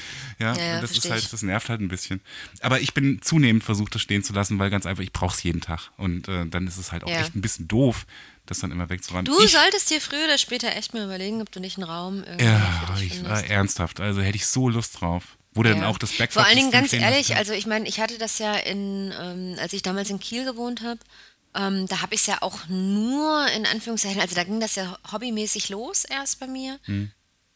Ja, Ja, ja, das ist verstehe halt, ich. das nervt halt ein bisschen. Aber ich bin zunehmend versucht, das stehen zu lassen, weil ganz einfach, ich brauche es jeden Tag. Und äh, dann ist es halt auch Ja. echt ein bisschen doof, das dann immer wegzuräumen. Du Ich, solltest dir früher oder später echt mal überlegen, ob du nicht einen Raum irgendwie ja, für dich ich war findest. ernsthaft. Also hätte ich so Lust drauf. Wo du dann Ja. auch das Backdrop Vor allen Dingen ganz stehen lassen ehrlich, kannst. also ich meine, ich hatte das ja in, ähm, als ich damals in Kiel gewohnt habe, ähm, da habe ich es ja auch nur in Anführungszeichen, also da ging das ja hobbymäßig los erst bei mir. Hm.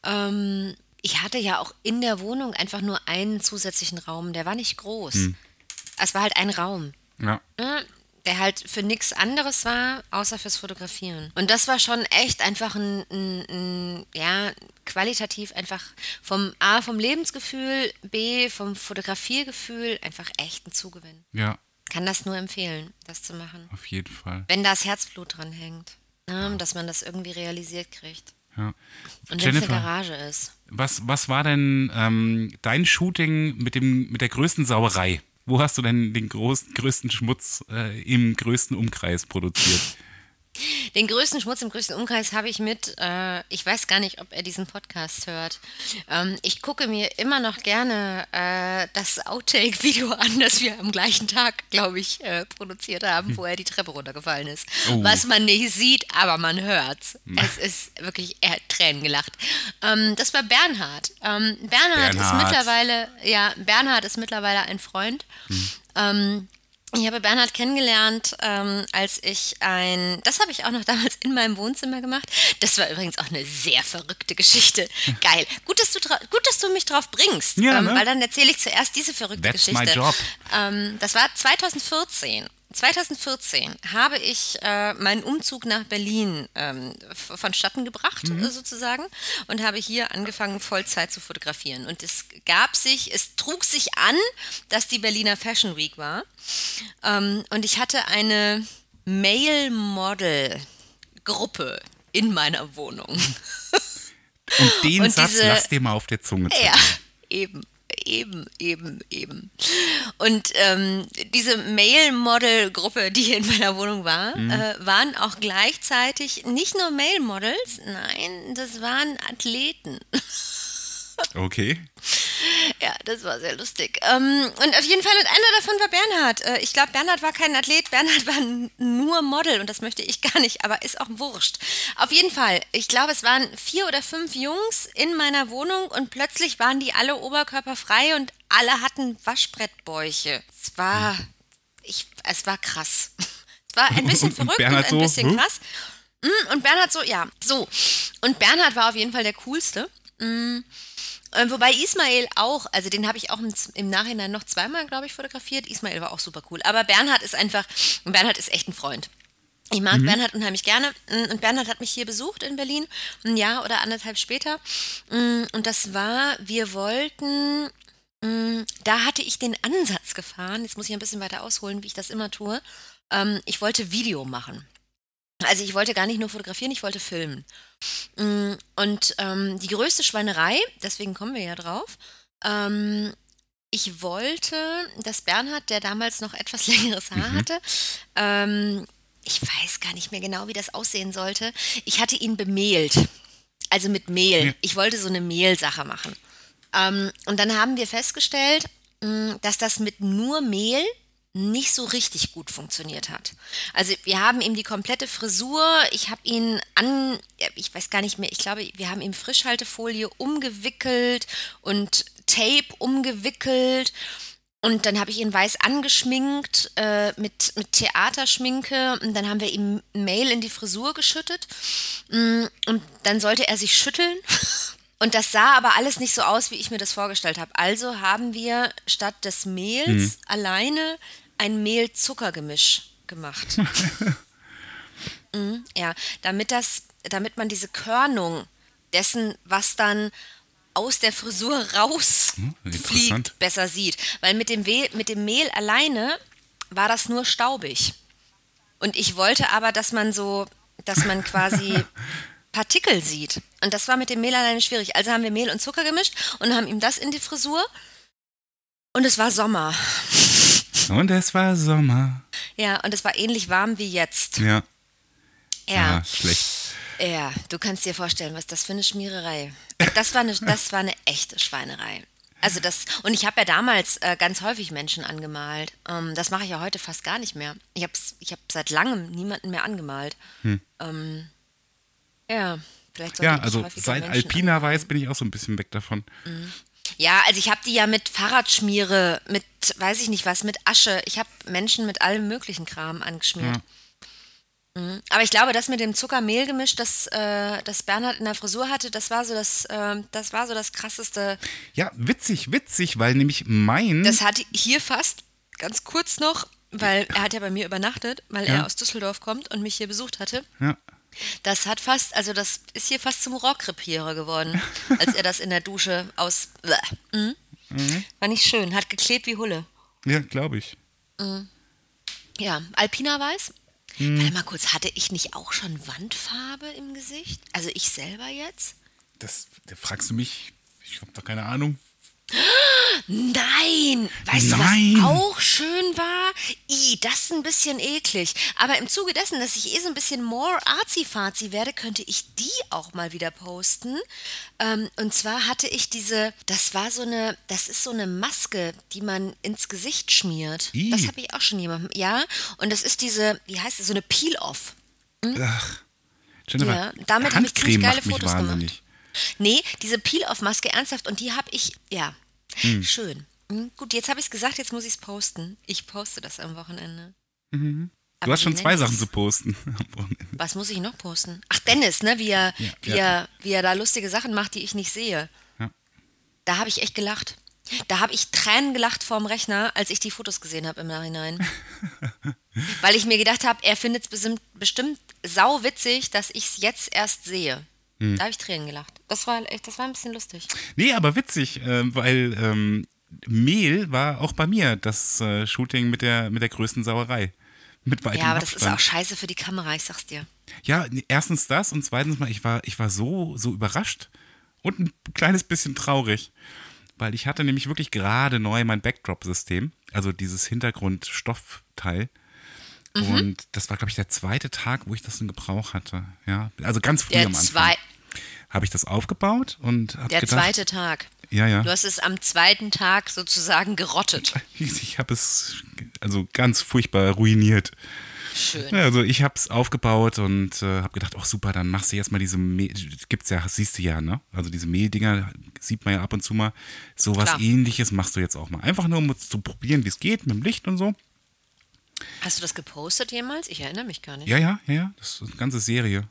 Ähm, ich hatte ja auch in der Wohnung einfach nur einen zusätzlichen Raum, der war nicht groß. Hm. Es war halt ein Raum, Ja, ne, der halt für nichts anderes war, außer fürs Fotografieren. Und das war schon echt einfach ein, ein, ein ja, qualitativ einfach vom A, vom Lebensgefühl, B, vom Fotografiergefühl einfach echt ein Zugewinn. ja, Kann das nur empfehlen, das zu machen. auf jeden Fall. Wenn da das Herzblut dran hängt, ne, dass man das irgendwie realisiert kriegt. Ja. Und wenn es eine Jennifer, Garage ist. was, was war denn ähm, dein Shooting mit, dem, mit der größten Sauerei? Wo hast du denn den groß, größten Schmutz äh, im größten Umkreis produziert? Den größten Schmutz im größten Umkreis habe ich mit, äh, ich weiß gar nicht, ob er diesen Podcast hört. Ähm, ich gucke mir immer noch gerne äh, das Outtake-Video an, das wir am gleichen Tag, glaube ich, äh, produziert haben, wo er die Treppe runtergefallen ist. Oh. Was man nicht sieht, aber man hört. Es ist wirklich, er hat Tränen gelacht. Ähm, das war Bernhard. Ähm, Bernhard, Bernhard. ist mittlerweile, ja, Bernhard ist mittlerweile ein Freund. Hm. Ähm, Ich habe Bernhard kennengelernt, ähm, als ich ein, das habe ich auch noch damals in meinem Wohnzimmer gemacht. Das war übrigens auch eine sehr verrückte Geschichte. Geil. Gut, dass du, dra- gut, dass du mich drauf bringst, Ja, ähm, ne? weil dann erzähle ich zuerst diese verrückte That's Geschichte. my job. Ähm, das war zwanzig vierzehn. zwanzig vierzehn habe ich äh, meinen Umzug nach Berlin ähm, v- vonstatten gebracht, äh, sozusagen, und habe hier angefangen, Vollzeit zu fotografieren. Und es gab sich, es trug sich an, dass die Berliner Fashion Week war. Ähm, und ich hatte eine Male-Model-Gruppe in meiner Wohnung. Und den Und Satz diese- lass dir mal auf der Zunge Ja, zergehen. eben, eben, eben, eben. Und ähm, diese Male-Model-Gruppe, die hier in meiner Wohnung war, äh, waren auch gleichzeitig nicht nur Male-Models, nein, das waren Athleten. Okay. Ja, das war sehr lustig. Ähm, und auf jeden Fall, und einer davon war Bernhard. Äh, ich glaube, Bernhard war kein Athlet, Bernhard war n- nur Model und das möchte ich gar nicht, aber ist auch wurscht. Auf jeden Fall, ich glaube, es waren vier oder fünf Jungs in meiner Wohnung und plötzlich waren die alle oberkörperfrei und alle hatten Waschbrettbäuche. Es war, ich, es war krass. Es war ein bisschen Und- und verrückt Bernhard und ein so, bisschen hm? krass. Mm, Und Bernhard so, ja, so. Und Bernhard war auf jeden Fall der Coolste. Mm. Äh, Wobei Ismail auch, also den habe ich auch im, im Nachhinein noch zweimal, glaube ich, fotografiert. Ismail war auch super cool. Aber Bernhard ist einfach, Bernhard ist echt ein Freund. Ich mag Bernhard unheimlich gerne. Und Bernhard hat mich hier besucht in Berlin, ein Jahr oder anderthalb später. Und das war, wir wollten, da hatte ich den Ansatz gefahren, jetzt muss ich ein bisschen weiter ausholen, wie ich das immer tue. Ähm, Ich wollte Video machen. Also ich wollte gar nicht nur fotografieren, ich wollte filmen. Mm, Und ähm, die größte Schweinerei, deswegen kommen wir ja drauf, ähm, ich wollte, dass Bernhard, der damals noch etwas längeres Haar hatte, ähm, ich weiß gar nicht mehr genau, wie das aussehen sollte, ich hatte ihn bemehlt. Also mit Mehl. Ja. Ich wollte so eine Mehlsache machen. Ähm, und dann haben wir festgestellt, mh, dass das mit nur Mehl nicht so richtig gut funktioniert hat. Also wir haben ihm die komplette Frisur, ich habe ihn an, ja, ich weiß gar nicht mehr, ich glaube, wir haben ihm Frischhaltefolie umgewickelt und Tape umgewickelt und dann habe ich ihn weiß angeschminkt äh, mit, mit Theaterschminke und dann haben wir ihm Mehl in die Frisur geschüttet mm, und dann sollte er sich schütteln. Und das sah aber alles nicht so aus, wie ich mir das vorgestellt habe. Also haben wir statt des Mehls alleine ein Mehl-Zucker-Gemisch gemacht. Mhm, ja, damit das, damit man diese Körnung dessen, was dann aus der Frisur interessant. rausfliegt, besser sieht. Weil mit dem, We mit dem Mehl alleine war das nur staubig. Und ich wollte aber, dass man so, dass man quasi Partikel sieht. Und das war mit dem Mehl alleine schwierig. Also haben wir Mehl und Zucker gemischt und haben ihm das in die Frisur. Und es war Sommer. Und es war Sommer. Ja, und es war ähnlich warm wie jetzt. Ja. Ja, Ah, schlecht. ja, du kannst dir vorstellen, was das für eine Schmiererei. Das war eine, das war eine echte Schweinerei. Also das, und ich habe ja damals äh, ganz häufig Menschen angemalt. Ähm, das mache ich ja heute fast gar nicht mehr. Ich habe ich hab seit langem niemanden mehr angemalt. Ähm, ja, vielleicht sollte Ja, ich also häufiger seit Menschen Alpina anmalen. weiß bin ich auch so ein bisschen weg davon. Ja, also ich habe die ja mit Fahrradschmiere, mit, weiß ich nicht was, mit Asche. Ich habe Menschen mit allem möglichen Kram angeschmiert. Ja. Aber ich glaube, das mit dem Zuckermehl-Gemisch, das, äh, das Bernhard in der Frisur hatte, das war so das, äh, das war so das krasseste. Ja, witzig, witzig, weil nämlich mein, Das hat hier fast, ganz kurz noch, weil er hat ja bei mir übernachtet, weil er ja, aus Düsseldorf kommt und mich hier besucht hatte. ja, Das hat fast, also das ist hier fast zum Rohrkrepierer geworden, als er das in der Dusche aus. Bäh. Mhm. War nicht schön, hat geklebt wie Hulle. ja, glaube ich. Ja, Alpina Weiß. Warte mal kurz, hatte ich nicht auch schon Wandfarbe im Gesicht? Also ich selber jetzt? Das, da fragst du mich, ich habe doch keine Ahnung. Nein! Weißt Nein. du, was auch schön war? I, das ist ein bisschen eklig. Aber im Zuge dessen, dass ich eh so ein bisschen more arzi-fazi werde, könnte ich die auch mal wieder posten. Ähm, und zwar hatte ich diese, das war so eine, das ist so eine Maske, die man ins Gesicht schmiert. I. Das habe ich auch schon jemandem, ja. Und das ist diese, wie heißt es, so eine Peel-Off. Ach, Jennifer, Ja, damit habe ich ziemlich Handcreme geile macht mich Fotos wahnsinnig. gemacht. Nee, diese Peel-Off-Maske, ernsthaft. Und die habe ich, ja, Hm. schön. Hm, gut, jetzt habe ich es gesagt, jetzt muss ich es posten. Ich poste das am Wochenende. Du Aber hast wie schon nennt zwei ich's? Sachen zu posten. am Wochenende. Was muss ich noch posten? Ach, Dennis, ne, wie er, Ja, wie, ja. Er, wie er da lustige Sachen macht, die ich nicht sehe. Ja. Da habe ich echt gelacht. Da habe ich Tränen gelacht vorm Rechner, als ich die Fotos gesehen habe im Nachhinein. Weil ich mir gedacht habe, er findet es bestimmt, bestimmt sau witzig, dass ich es jetzt erst sehe. Hm. Da habe ich Tränen gelacht. Das war echt, das war ein bisschen lustig. Nee, aber witzig, äh, weil ähm, Mehl war auch bei mir das äh, Shooting mit der, mit der größten Sauerei. Mit weitem Ja, aber das ist Abstand. auch scheiße für die Kamera, ich sag's dir. Ja, nee, erstens das und zweitens mal, ich war, ich war so, so überrascht und ein kleines bisschen traurig, weil ich hatte nämlich wirklich gerade neu mein Backdrop-System, also dieses Hintergrundstoffteil. Mhm. Und das war, glaube ich, der zweite Tag, wo ich das in Gebrauch hatte. Ja, also ganz früh Der, am Anfang zwei, habe ich das aufgebaut und habe der gedacht, zweite Tag. ja, ja. Du hast es am zweiten Tag sozusagen gerottet. Ich, ich habe es also ganz furchtbar ruiniert. Schön. Ja, also ich habe es aufgebaut und äh, habe gedacht, ach super, dann machst du jetzt mal diese Mehl, gibt's ja, siehst du ja, ne? Also diese Mehldinger sieht man ja ab und zu mal. Sowas Klar. Ähnliches machst du jetzt auch mal. Einfach nur, um zu probieren, wie es geht mit dem Licht und so. Hast du das gepostet jemals? Ich erinnere mich gar nicht. Ja, ja, ja, ja, das ist eine ganze Serie.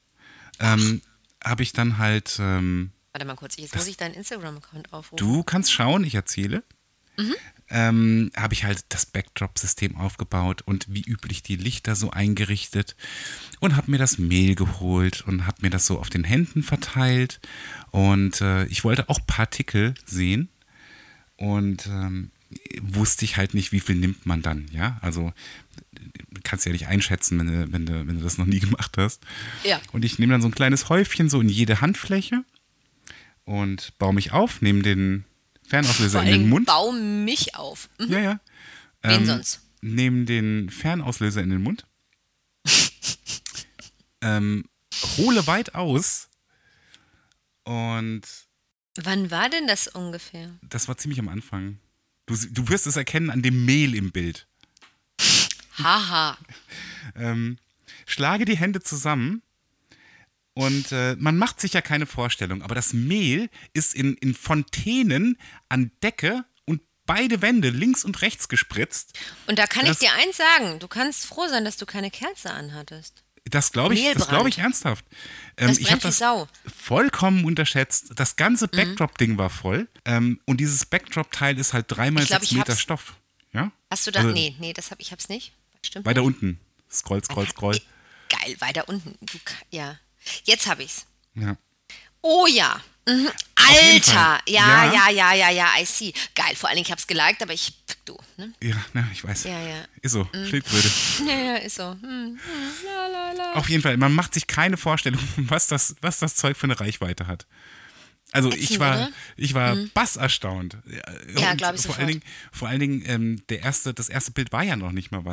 Ähm, habe ich dann halt, ähm, Warte mal kurz, jetzt muss ich deinen Instagram-Account aufrufen. du kannst schauen, ich erzähle. Mhm. Ähm, habe ich halt das Backdrop-System aufgebaut und wie üblich die Lichter so eingerichtet und habe mir das Mehl geholt und habe mir das so auf den Händen verteilt und äh, ich wollte auch Partikel sehen und ähm, wusste ich halt nicht, wie viel nimmt man dann, ja, also kannst du ja nicht einschätzen, wenn du, wenn du, wenn du das noch nie gemacht hast. Ja. Und ich nehme dann so ein kleines Häufchen so in jede Handfläche und baue mich auf, nehme den Fernauslöser Vor in den allem Mund. bau mich auf. Mhm. Ja, ja. Wen Ähm, sonst? Nehmen den Fernauslöser in den Mund. ähm, hole weit aus. Und Wann war denn das ungefähr? das war ziemlich am Anfang. Du, du wirst es erkennen an dem Mehl im Bild. Haha. Ähm, schlage die Hände zusammen. Und äh, man macht sich ja keine Vorstellung, aber das Mehl ist in, in Fontänen an Decke und beide Wände links und rechts gespritzt. Und da kann Das- ich dir eins sagen. Du kannst froh sein, dass du keine Kerze anhattest. Das glaube ich, das Mehlbrand. glaube ich ernsthaft. Ähm, Das ich brennt habe wie Sau. vollkommen unterschätzt. Das ganze Backdrop-Ding war voll. Ähm, und dieses Backdrop-Teil ist halt dreimal Ich glaub, sechs ich Meter hab's. Stoff. Ja? Hast du da. Also, nee, nee, das hab, ich hab's nicht. Stimmt. Weiter nicht. unten. Scroll, scroll, scroll. Geil, weiter unten. Du, ka- ja. Jetzt hab ich's. Ja. Oh ja. Mhm. jeden Alter. Fall. Ja, Ja. ja, ja, ja, ja, I see. Geil. Vor allen Dingen, ich hab's geliked, aber ich. Du, ne? Ja, na, ich weiß. Ja, ja. Ist so. Schildkröte. Ja, ja, ist so. Hm, hm, la, la, la. Auf jeden Fall, man macht sich keine Vorstellung, was das, was das Zeug für eine Reichweite hat. Also ich Ätzend, war, oder? ich war bass erstaunt. Ja, Und glaub ich vor sofort. allen Dingen, vor allen Dingen ähm, der erste, das erste Bild war ja noch nicht mal was.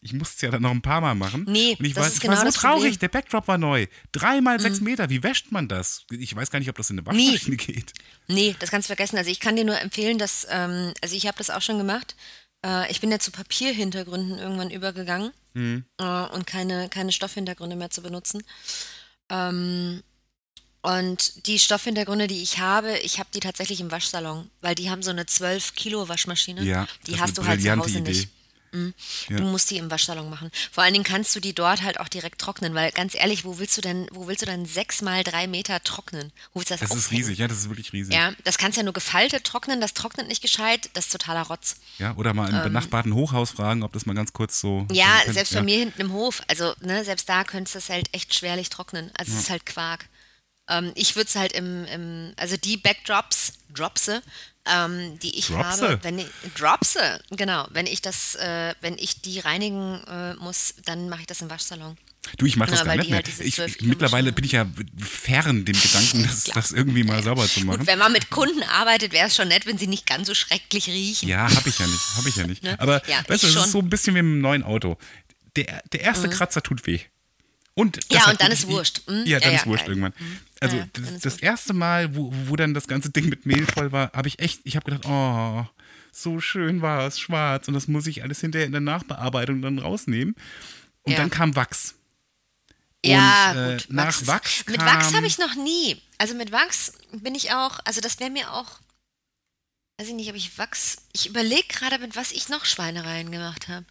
Ich musste es ja dann noch ein paar Mal machen. Nee, und ich das war, ist ich genau war so das traurig, Problem. der Backdrop war neu. Dreimal sechs Meter, wie wäscht man das? Ich weiß gar nicht, ob das in eine Waschmaschine geht. Nee, das kannst du vergessen. Also ich kann dir nur empfehlen, dass, ähm, also ich habe das auch schon gemacht. Äh, ich bin ja zu Papierhintergründen irgendwann übergegangen Mhm. äh, und keine, keine Stoffhintergründe mehr zu benutzen. Ähm, und die Stoffhintergründe, die ich habe, ich habe die tatsächlich im Waschsalon, weil die haben so eine zwölf Kilo Waschmaschine. Ja, Die das ist hast eine du halt zu brillante Hause Idee. nicht. Mhm. Ja. Du musst die im Waschsalon machen. Vor allen Dingen kannst du die dort halt auch direkt trocknen, weil ganz ehrlich, wo willst du denn, wo willst du denn sechs mal drei Meter trocknen? Wo willst du das Das ist aufhängen? riesig, ja, das ist wirklich riesig. Ja, das kannst ja nur gefaltet trocknen, das trocknet nicht gescheit, das ist totaler Rotz. Ja, oder mal im benachbarten Hochhaus fragen, ob das mal ganz kurz so. Ja, so- selbst ja. bei mir hinten im Hof, also ne, selbst da könntest du es halt echt schwerlich trocknen. Also es ist halt Quark. Ähm, ich würde es halt im, im, also die Backdrops, Dropse, ähm, die ich Dropse? habe, wenn ich, Dropse, genau, wenn ich das, äh, wenn ich die reinigen äh, muss, dann mache ich das im Waschsalon. Du, ich mache das Ja, gar weil nicht die mehr. halt diese Ich, zwölf ich, Kilo mittlerweile Maschine- bin ich ja fern dem Gedanken, das, Klar. das irgendwie mal sauber zu machen. Gut, wenn man mit Kunden arbeitet, wäre es schon nett, wenn sie nicht ganz so schrecklich riechen. Ja, habe ich ja nicht, habe ich ja nicht. Ne? Aber Ja, weißt du, ich das ist schon. so ein bisschen wie mit einem neuen Auto. Der, der erste Kratzer tut weh. Und Ja, das hat und dann wirklich ist die- wurscht. Mhm. Ja, dann Ja, ist ja, wurscht geil. irgendwann. Also Ja, ja, dann das, ist das wurscht. erste Mal, wo, wo dann das ganze Ding mit Mehl voll war, habe ich echt, ich habe gedacht, oh, so schön war es, schwarz. Und das muss ich alles hinterher in der Nachbearbeitung dann rausnehmen. Und Ja. dann kam Wachs. Ja, Und, äh, gut. nach Wachs ist- Wachs Mit kam- Wachs habe ich noch nie. Also mit Wachs bin ich auch, also das wäre mir auch, weiß ich nicht, ob ich Wachs, ich überlege gerade, mit was ich noch Schweinereien gemacht habe.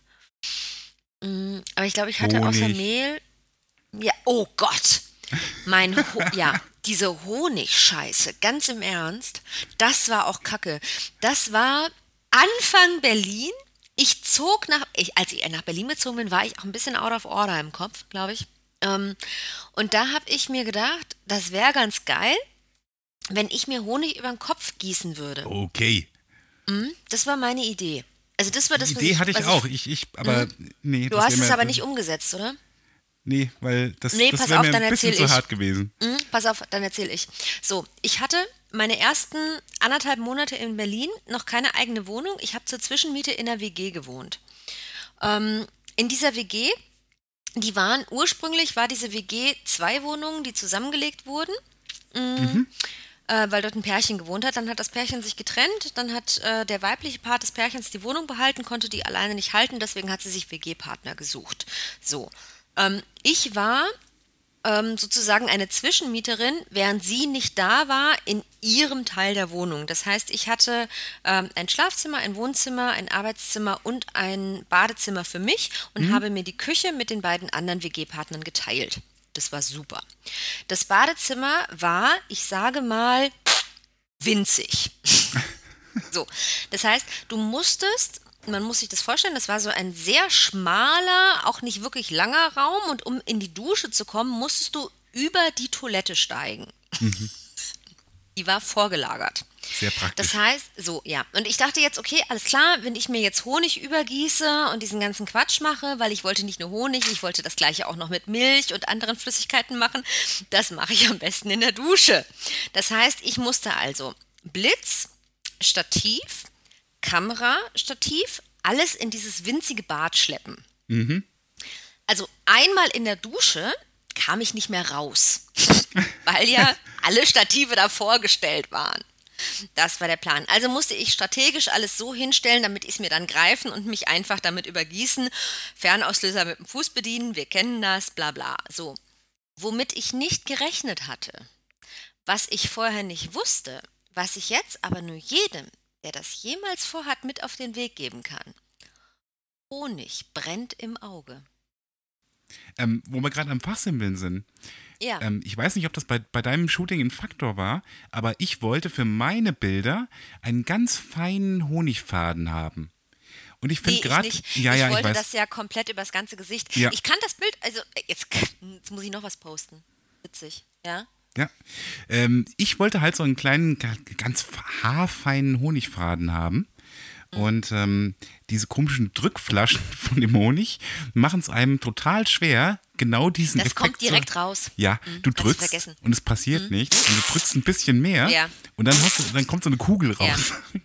Mm, aber ich glaube, ich hatte außer Honig. Mehl, ja, oh Gott, mein, Ho ja, diese Honigscheiße, ganz im Ernst, das war auch Kacke. Das war Anfang Berlin. Ich zog nach, ich, als ich nach Berlin gezogen bin, war ich auch ein bisschen out of order im Kopf, glaube ich. Ähm, und da habe ich mir gedacht, das wäre ganz geil, wenn ich mir Honig über den Kopf gießen würde. Okay. Das war meine Idee. Also das war das, Die was Idee ich, hatte ich was auch. Ich, ich, aber nee. Du das hast wär es mir- aber nicht umgesetzt, oder? Nee, weil das, Nee, das pass wäre auf, mir dann ein bisschen erzähl zu ich. hart gewesen. Mhm, pass auf, dann erzähle ich. So, ich hatte meine ersten anderthalb Monate in Berlin noch keine eigene Wohnung. Ich habe zur Zwischenmiete in einer W G gewohnt. Ähm, in dieser W G, die waren, ursprünglich war diese W G zwei Wohnungen, die zusammengelegt wurden. Mhm. Äh, weil dort ein Pärchen gewohnt hat. Dann hat das Pärchen sich getrennt, dann hat äh, der weibliche Part des Pärchens die Wohnung behalten, konnte die alleine nicht halten, deswegen hat sie sich W G-Partner gesucht. So, ähm, ich war ähm, sozusagen eine Zwischenmieterin, während sie nicht da war, in ihrem Teil der Wohnung. Das heißt, ich hatte ähm, ein Schlafzimmer, ein Wohnzimmer, ein Arbeitszimmer und ein Badezimmer für mich und habe mir die Küche mit den beiden anderen W G-Partnern geteilt. Das war super. Das Badezimmer war, ich sage mal, winzig. So, das heißt, du musstest, man muss sich das vorstellen, das war so ein sehr schmaler, auch nicht wirklich langer Raum und um in die Dusche zu kommen, musstest du über die Toilette steigen. Die war vorgelagert. Sehr praktisch. Das heißt, so, ja. Und ich dachte jetzt, okay, alles klar, wenn ich mir jetzt Honig übergieße und diesen ganzen Quatsch mache, weil ich wollte nicht nur Honig, ich wollte das gleiche auch noch mit Milch und anderen Flüssigkeiten machen, das mache ich am besten in der Dusche. Das heißt, ich musste also Blitz, Stativ, Kamera, Stativ, alles in dieses winzige Bad schleppen. Also einmal in der Dusche kam ich nicht mehr raus, weil ja alle Stative davor gestellt waren. Das war der Plan. Also musste ich strategisch alles so hinstellen, damit ich es mir dann greifen und mich einfach damit übergießen. Fernauslöser mit dem Fuß bedienen, wir kennen das, bla bla. So. Womit ich nicht gerechnet hatte, was ich vorher nicht wusste, was ich jetzt aber nur jedem, der das jemals vorhat, mit auf den Weg geben kann. Honig brennt im Auge. Ähm, wo wir gerade am Fachsimpeln sind. Ja. Ähm, ich weiß nicht, ob das bei, bei deinem Shooting ein Faktor war, aber ich wollte für meine Bilder einen ganz feinen Honigfaden haben. Und ich finde Nee, gerade. ich nicht. Ja, ich ja, ich wollte weiß. das ja komplett übers ganze Gesicht. Ja. Ich kann das Bild, also jetzt, jetzt muss ich noch was posten. Witzig, ja? Ja. Ähm, ich wollte halt so einen kleinen, ga- ganz haarfeinen Honigfaden haben. Und ähm, diese komischen Drückflaschen von dem Honig machen es einem total schwer, genau diesen Das Effekt kommt direkt zu, raus. Ja, Mhm, du hast du drückst vergessen. und es passiert nichts. Und du drückst ein bisschen mehr Ja. und dann, hast du, dann kommt so eine Kugel raus.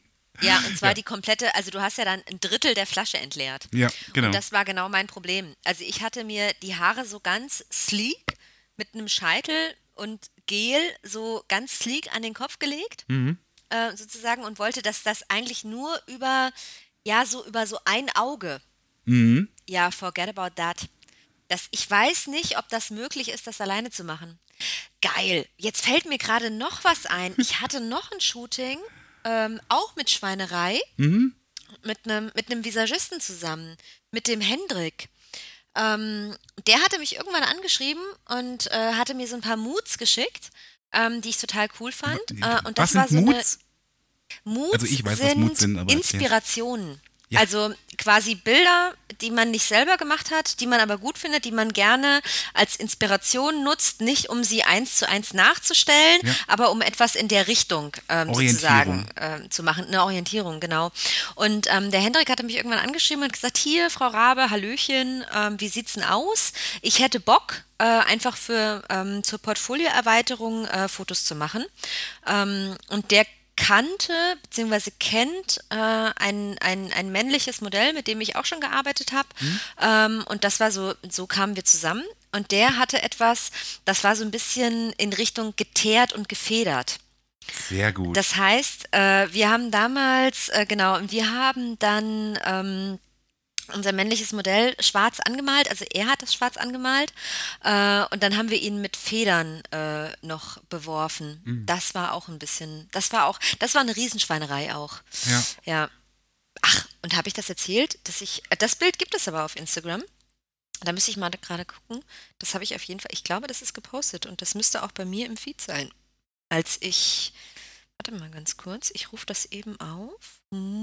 Ja, und zwar Ja, die komplette, also du hast ja dann ein Drittel der Flasche entleert. ja, genau. Und das war genau mein Problem. Also ich hatte mir die Haare so ganz sleek mit einem Scheitel und Gel so ganz sleek an den Kopf gelegt, Mhm. äh, sozusagen, und wollte, dass das eigentlich nur über, ja, so über so ein Auge, Mhm. ja, forget about that. Das, ich weiß nicht, ob das möglich ist, das alleine zu machen. Geil. Jetzt fällt mir gerade noch was ein. Ich hatte noch ein Shooting, ähm, auch mit Schweinerei, Mhm. mit einem mit einem Visagisten zusammen, mit dem Hendrik. Ähm, der hatte mich irgendwann angeschrieben und äh, hatte mir so ein paar Moods geschickt, ähm, die ich total cool fand. Äh, und Was das war sind so eine Moods? Also Moods ich weiß, was Moods sind sind, aber erzähl. Inspirationen. Ja, Also quasi Bilder, die man nicht selber gemacht hat, die man aber gut findet, die man gerne als Inspiration nutzt, nicht um sie eins zu eins nachzustellen, ja. aber um etwas in der Richtung ähm, sozusagen Orientierung. ähm, zu machen, eine Orientierung, genau. Und ähm, der Hendrik hatte mich irgendwann angeschrieben und gesagt, hier, Frau Rabe, Hallöchen, ähm, wie sieht's denn aus? Ich hätte Bock, äh, einfach für ähm, zur Portfolioerweiterung äh, Fotos zu machen. Ähm, und der kannte bzw. kennt äh, ein, ein, ein männliches Modell, mit dem ich auch schon gearbeitet habe. Ähm, und das war so, so kamen wir zusammen. Und der hatte etwas, das war so ein bisschen in Richtung geteert und gefedert. Sehr gut. Das heißt, äh, wir haben damals, äh, genau, und wir haben dann ähm, unser männliches Modell schwarz angemalt, also er hat das schwarz angemalt, äh, und dann haben wir ihn mit Federn äh, noch beworfen. Mhm. Das war auch ein bisschen, das war auch, das war eine Riesenschweinerei auch. Ja. Ja. Ach, und habe ich das erzählt, dass ich, äh, das Bild gibt es aber auf Instagram. Da müsste ich mal gerade gucken. Das habe ich auf jeden Fall, ich glaube, das ist gepostet und das müsste auch bei mir im Feed sein. Als ich, warte mal ganz kurz, ich rufe das eben auf.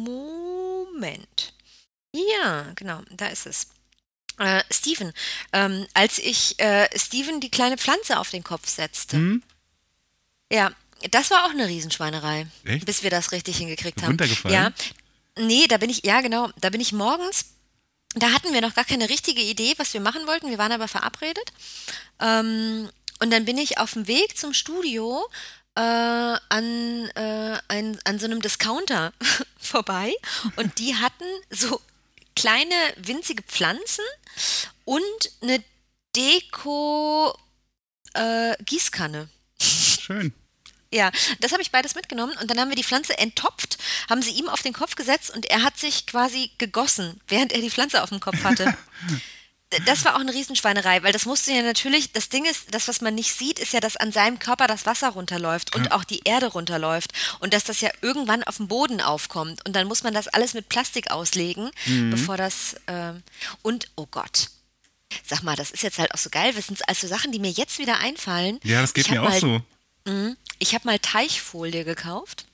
Moment. Ja, genau, da ist es. Äh, Steven, ähm, als ich äh, Steven die kleine Pflanze auf den Kopf setzte. Hm? Ja, das war auch eine Riesenschweinerei, Echt? bis wir das richtig hingekriegt haben. Ja, Runtergefallen? nee, da bin ich, ja genau, da bin ich morgens, da hatten wir noch gar keine richtige Idee, was wir machen wollten, wir waren aber verabredet. Ähm, und dann bin ich auf dem Weg zum Studio äh, an, äh, ein, an so einem Discounter vorbei und die hatten so kleine winzige Pflanzen und eine Deko äh, Gießkanne. Schön. Ja, das habe ich beides mitgenommen und dann haben wir die Pflanze enttopft, haben sie ihm auf den Kopf gesetzt und er hat sich quasi gegossen, während er die Pflanze auf dem Kopf hatte. D- Das war auch eine Riesenschweinerei, weil das musste ja natürlich, das Ding ist, das, was man nicht sieht, ist ja, dass an seinem Körper das Wasser runterläuft Ja. und auch die Erde runterläuft und dass das ja irgendwann auf dem Boden aufkommt und dann muss man das alles mit Plastik auslegen, bevor das, ähm, und, oh Gott, sag mal, das ist jetzt halt auch so geil, das sind also Sachen, die mir jetzt wieder einfallen. Ja, das geht Ich mir habe auch mal, so. mhm, ich habe mal Teichfolie gekauft,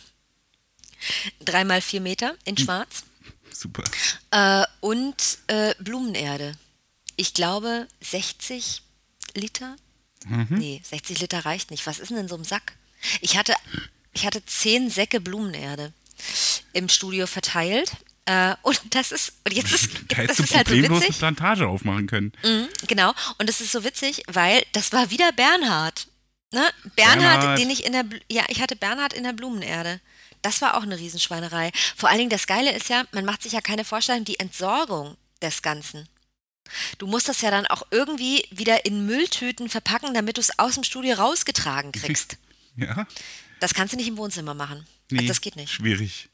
drei mal vier Meter in schwarz. Super. Äh, und äh, Blumenerde. Ich glaube sechzig Liter. Nee, sechzig Liter reicht nicht. Was ist denn in so einem Sack? Ich hatte, ich hatte zehn Säcke Blumenerde im Studio verteilt. Äh, und das ist, und jetzt ist, Da das hättest du ist halt so problemlos eine witzig. Plantage aufmachen können. Mhm, genau. Und das ist so witzig, weil das war wieder Bernhard. Ne? Bernhard, Bernhard. den ich in der, Bl- ja, ich hatte Bernhard in der Blumenerde. Das war auch eine Riesenschweinerei. Vor allen Dingen das Geile ist ja, man macht sich ja keine Vorstellung, die Entsorgung des Ganzen. Du musst das ja dann auch irgendwie wieder in Mülltüten verpacken, damit du es aus dem Studio rausgetragen kriegst. Ja? Das kannst du nicht im Wohnzimmer machen. Also Nee, das geht nicht. schwierig.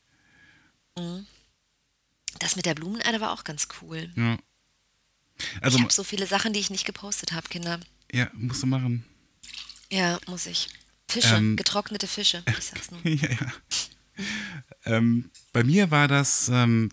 Das mit der Blumenerde war auch ganz cool. Ja. Also, Ich habe so viele Sachen, die ich nicht gepostet habe, Kinder. ja, musst du machen. Ja, muss ich. Fische, Ähm, getrocknete Fische, ich sag's nur. Ja, ja. Ähm, bei mir war das ähm,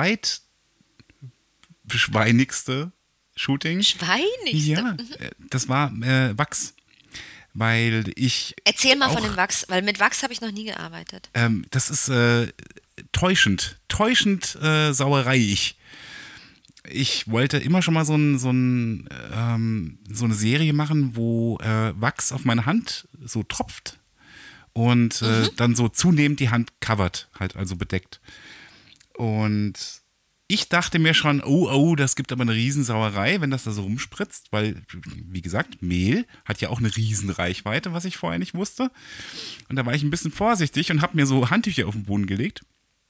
zweitschweinigste Shooting. Schweinigste. Ja, äh, das war äh, Wachs. Weil ich Erzähl mal auch, von dem Wachs, weil mit Wachs habe ich noch nie gearbeitet. ähm, das ist äh, täuschend, täuschend äh, sauereiig. Ich wollte immer schon mal so, ein, so, ein, ähm, so eine Serie machen, wo äh, Wachs auf meine Hand so tropft und äh, dann so zunehmend die Hand covert, halt also bedeckt. Und ich dachte mir schon, oh, oh, das gibt aber eine Riesensauerei, wenn das da so rumspritzt, weil, wie gesagt, Mehl hat ja auch eine Riesenreichweite, was ich vorher nicht wusste. Und da war ich ein bisschen vorsichtig und habe mir so Handtücher auf den Boden gelegt.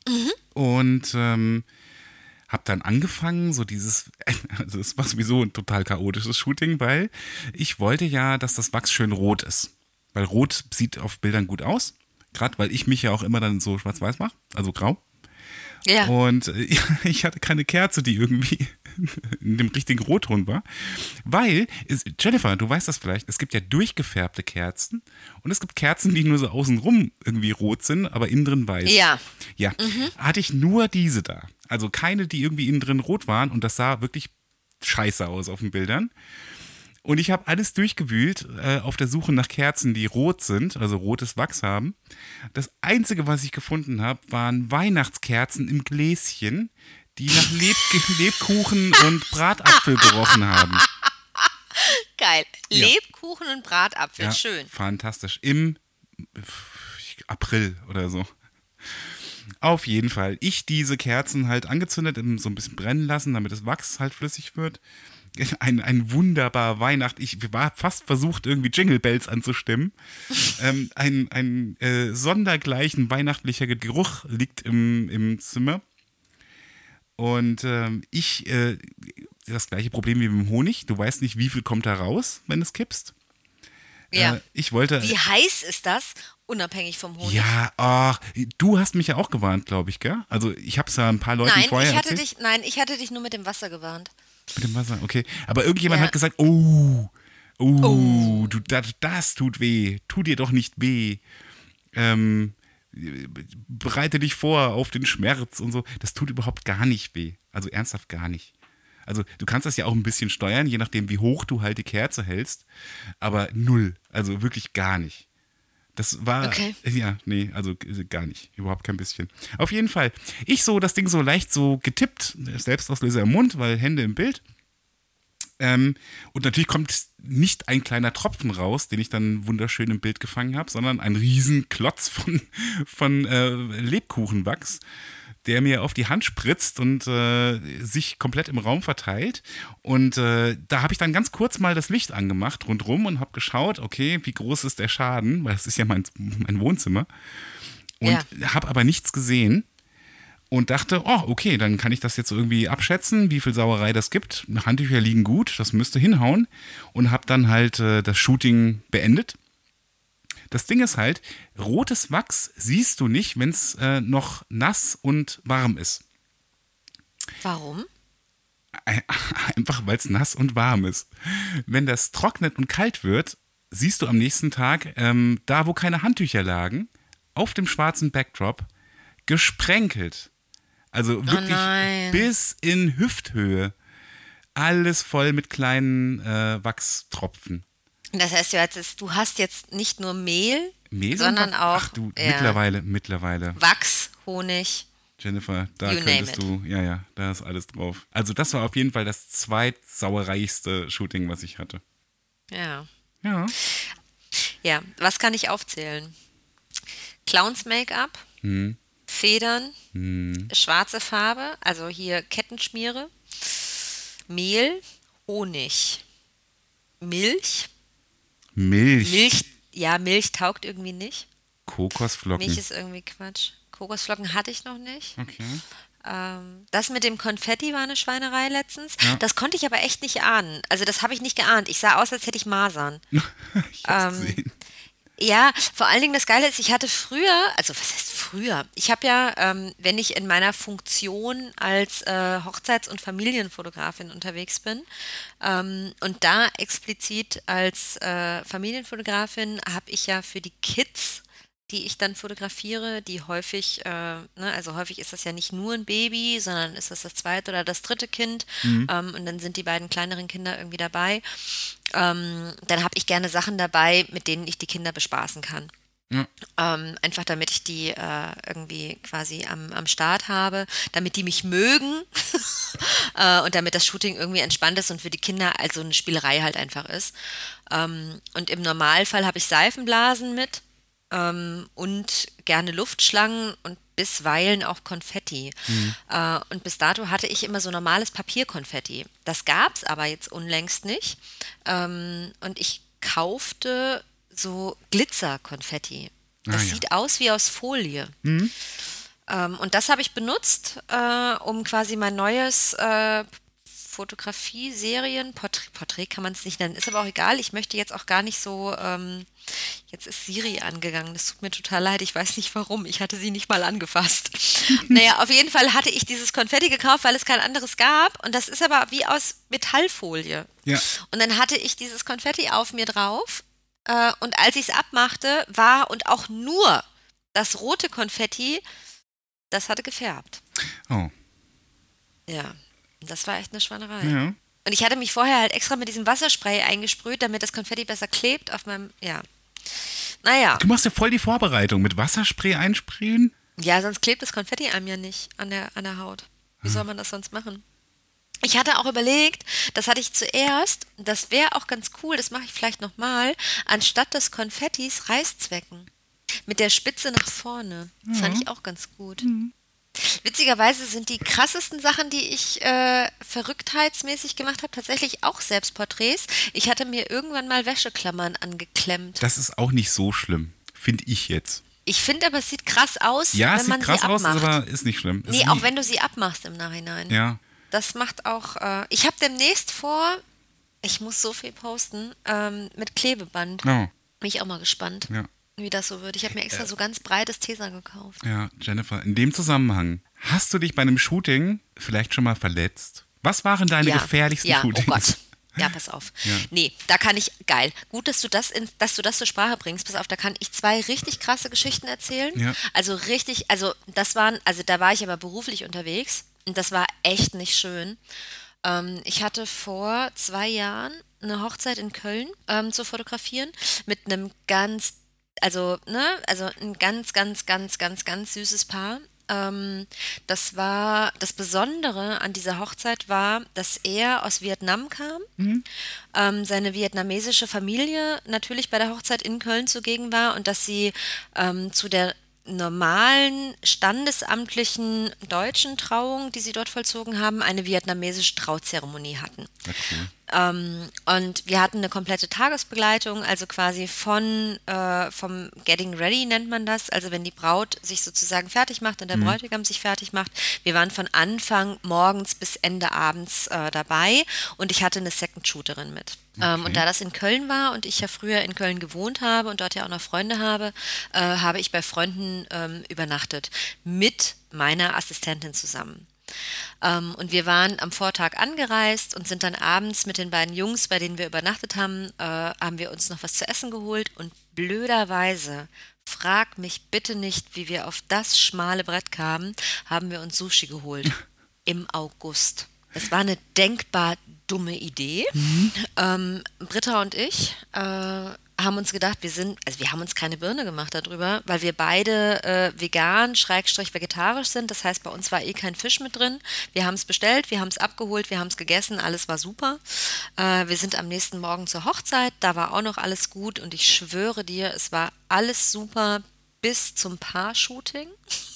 Und ähm, habe dann angefangen, so dieses, also es war sowieso ein total chaotisches Shooting, weil ich wollte ja, dass das Wachs schön rot ist. Weil rot sieht auf Bildern gut aus. Gerade weil ich mich ja auch immer dann so schwarz-weiß mache, also grau. Ja. Und äh, ich hatte keine Kerze, die irgendwie in dem richtigen Rotton war. Weil, es, Jennifer, du weißt das vielleicht, es gibt ja durchgefärbte Kerzen und es gibt Kerzen, die nur so außenrum irgendwie rot sind, aber innen drin weiß. Ja. Ja, hatte ich nur diese da. Also keine, die irgendwie innen drin rot waren und das sah wirklich scheiße aus auf den Bildern. Und ich habe alles durchgewühlt äh, auf der Suche nach Kerzen, die rot sind, also rotes Wachs haben. Das Einzige, was ich gefunden habe, waren Weihnachtskerzen im Gläschen, die nach Leb Lebkuchen und Bratapfel gerochen haben. Geil. Ja. Lebkuchen und Bratapfel, Ja, schön. fantastisch. Im April oder so. Auf jeden Fall. Ich diese Kerzen halt angezündet, so ein bisschen brennen lassen, damit das Wachs halt flüssig wird. Ein, ein wunderbar Weihnacht. Ich war fast versucht, irgendwie Jingle Bells anzustimmen. ähm, ein ein äh, sondergleichen weihnachtlicher Geruch liegt im, im Zimmer. Und ähm, ich, äh, das gleiche Problem wie mit dem Honig. Du weißt nicht, wie viel kommt da raus, wenn du es kippst. Ja. Äh, ich wollte. Wie heiß ist das, unabhängig vom Honig? Ja, ach, du hast mich ja auch gewarnt, glaube ich, gell? Also ich habe es ja ein paar Leuten Nein, vorher ich hatte erzählt. dich, nein, ich hatte dich nur mit dem Wasser gewarnt. Mit dem Wasser, okay. Aber irgendjemand Ja. hat gesagt, oh, oh, du, das, das tut weh. Tu dir doch nicht weh. Ähm, bereite dich vor auf den Schmerz und so. Das tut überhaupt gar nicht weh. Also ernsthaft gar nicht. Also du kannst das ja auch ein bisschen steuern, je nachdem, wie hoch du halt die Kerze hältst. Aber null. Also wirklich gar nicht. Das war, Okay. ja, nee, also gar nicht, überhaupt kein bisschen. Auf jeden Fall, ich so das Ding so leicht so getippt, Selbstauslöser im Mund, weil Hände im Bild. Ähm, und natürlich kommt nicht ein kleiner Tropfen raus, den ich dann wunderschön im Bild gefangen habe, sondern ein riesen Klotz von, von äh, Lebkuchenwachs, der mir auf die Hand spritzt und äh, sich komplett im Raum verteilt. Und äh, da habe ich dann ganz kurz mal das Licht angemacht rundrum und habe geschaut, okay, wie groß ist der Schaden, weil es ist ja mein, mein Wohnzimmer. Und Ja. habe aber nichts gesehen und dachte, oh, okay, dann kann ich das jetzt irgendwie abschätzen, wie viel Sauerei das gibt. Handtücher liegen gut, das müsste hinhauen. Und habe dann halt äh, das Shooting beendet. Das Ding ist halt, rotes Wachs siehst du nicht, wenn es äh, noch nass und warm ist. Warum? Einfach, weil es nass und warm ist. Wenn das trocknet und kalt wird, siehst du am nächsten Tag, ähm, da wo keine Handtücher lagen, auf dem schwarzen Backdrop, gesprenkelt. Also wirklich nein. bis in Hüfthöhe. Alles voll mit kleinen äh, Wachstropfen. Das heißt, du, hattest, du hast jetzt nicht nur Mehl, Mehl sondern und Wach- auch Ach du, ja, mittlerweile, mittlerweile. Wachs, Honig. Jennifer, da You name könntest du, ja, ja, da ist alles drauf. Also das war auf jeden Fall das zweitsauerreichste Shooting, was ich hatte. Ja. Ja. Ja, was kann ich aufzählen? Clowns-Make-up, Hm. Federn, Hm. schwarze Farbe, also hier Kettenschmiere, Mehl, Honig, Milch. Milch. Milch, ja, Milch taugt irgendwie nicht. Kokosflocken. Milch ist irgendwie Quatsch. Kokosflocken hatte ich noch nicht. Okay. Ähm, das mit dem Konfetti war eine Schweinerei letztens. Ja. Das konnte ich aber echt nicht ahnen. Also das habe ich nicht geahnt. Ich sah aus, als hätte ich Masern. Ich hab's Ähm, gesehen. Ja, vor allen Dingen das Geile ist, ich hatte früher, also was heißt früher? Ich habe ja, ähm, wenn ich in meiner Funktion als äh, Hochzeits- und Familienfotografin unterwegs bin ähm, und da explizit als äh, Familienfotografin habe ich ja für die Kids, die ich dann fotografiere, die häufig, äh, ne, also häufig ist das ja nicht nur ein Baby, sondern ist das das zweite oder das dritte Kind Mhm. ähm, und dann sind die beiden kleineren Kinder irgendwie dabei. Ähm, dann habe ich gerne Sachen dabei, mit denen ich die Kinder bespaßen kann. Ja. Ähm, einfach damit ich die äh, irgendwie quasi am, am Start habe, damit die mich mögen äh, und damit das Shooting irgendwie entspannt ist und für die Kinder also eine Spielerei halt einfach ist. Ähm, und im Normalfall habe ich Seifenblasen mit ähm, und gerne Luftschlangen und bisweilen auch Konfetti. Äh, und bis dato hatte ich immer so normales Papierkonfetti. Das gab es aber jetzt unlängst nicht. Ähm, und ich kaufte so Glitzerkonfetti. Das Ah, ja. sieht aus wie aus Folie. Ähm, und das habe ich benutzt, äh, um quasi mein neues äh, Fotografie-Serien, Porträt, Porträt kann man es nicht nennen, ist aber auch egal. Ich möchte jetzt auch gar nicht so, ähm, jetzt ist Siri angegangen, das tut mir total leid, ich weiß nicht warum, ich hatte sie nicht mal angefasst. Naja, auf jeden Fall hatte ich dieses Konfetti gekauft, weil es kein anderes gab und das ist aber wie aus Metallfolie. Ja. Und dann hatte ich dieses Konfetti auf mir drauf äh, und als ich es abmachte, war und auch nur das rote Konfetti, das hatte gefärbt. Oh. Ja, das war echt eine Schweinerei. Ja. Und ich hatte mich vorher halt extra mit diesem Wasserspray eingesprüht, damit das Konfetti besser klebt auf meinem, ja. Naja, Du machst ja voll die Vorbereitung. Mit Wasserspray einsprühen? ja, sonst klebt das Konfetti einem ja nicht an der, an der Haut. Wie soll man das sonst machen? Ich hatte auch überlegt, das hatte ich zuerst, das wäre auch ganz cool, das mache ich vielleicht nochmal, anstatt des Konfettis Reißzwecken. Mit der Spitze nach vorne. Das fand ich auch ganz gut. Witzigerweise sind die krassesten Sachen, die ich äh, verrücktheitsmäßig gemacht habe, tatsächlich auch Selbstporträts. Ich hatte mir irgendwann mal Wäscheklammern angeklemmt. Das ist auch nicht so schlimm, finde ich jetzt. Ich finde aber, es sieht krass aus, Ja, wenn es man sieht krass sie aus, abmacht. aber ist nicht schlimm. Ist Nee, wie- auch wenn du sie abmachst im Nachhinein. Ja. Das macht auch, äh, ich habe demnächst vor, ich muss so viel posten, ähm, mit Klebeband. Oh. Bin ich auch mal gespannt, Ja. wie das so wird. Ich habe mir extra so ganz breites Tesa gekauft. Ja, Jennifer, in dem Zusammenhang, hast du dich bei einem Shooting vielleicht schon mal verletzt? Was waren deine ja. gefährlichsten ja, Shootings? Oh Gott. Ja, pass auf. Ja. Nee, da kann ich, geil. Gut, dass du das, in, dass du das zur Sprache bringst. Pass auf, da kann ich zwei richtig krasse Geschichten erzählen. Ja. Also richtig, also das waren, also da war ich aber beruflich unterwegs und das war echt nicht schön. Ähm, ich hatte vor zwei Jahren eine Hochzeit in Köln ähm, zu fotografieren mit einem ganz, also, ne, also ein ganz, ganz, ganz, ganz, ganz süßes Paar. Ähm, das war, das Besondere an dieser Hochzeit war, dass er aus Vietnam kam, ähm, seine vietnamesische Familie natürlich bei der Hochzeit in Köln zugegen war und dass sie ähm, zu der normalen standesamtlichen deutschen Trauung, die sie dort vollzogen haben, eine vietnamesische Trauzeremonie hatten. Ja, cool. Ähm, und wir hatten eine komplette Tagesbegleitung, also quasi von äh, vom Getting Ready nennt man das, also wenn die Braut sich sozusagen fertig macht und der Bräutigam sich fertig macht. Wir waren von Anfang morgens bis Ende abends äh, dabei und ich hatte eine Second Shooterin mit. Ähm, und da das in Köln war und ich ja früher in Köln gewohnt habe und dort ja auch noch Freunde habe, äh, habe ich bei Freunden ähm, übernachtet mit meiner Assistentin zusammen. Ähm, und wir waren am Vortag angereist und sind dann abends mit den beiden Jungs, bei denen wir übernachtet haben, äh, haben wir uns noch was zu essen geholt und blöderweise, frag mich bitte nicht, wie wir auf das schmale Brett kamen, haben wir uns Sushi geholt im August. Es war eine denkbar dumme Idee. Ähm, Britta und ich äh, haben uns gedacht, wir sind, also wir haben uns keine Birne gemacht darüber, weil wir beide äh, vegan, schrägstrich vegetarisch sind. Das heißt, bei uns war eh kein Fisch mit drin. Wir haben es bestellt, wir haben es abgeholt, wir haben es gegessen, alles war super. Äh, wir sind am nächsten Morgen zur Hochzeit, da war auch noch alles gut und ich schwöre dir, es war alles super bis zum Paar-Shooting.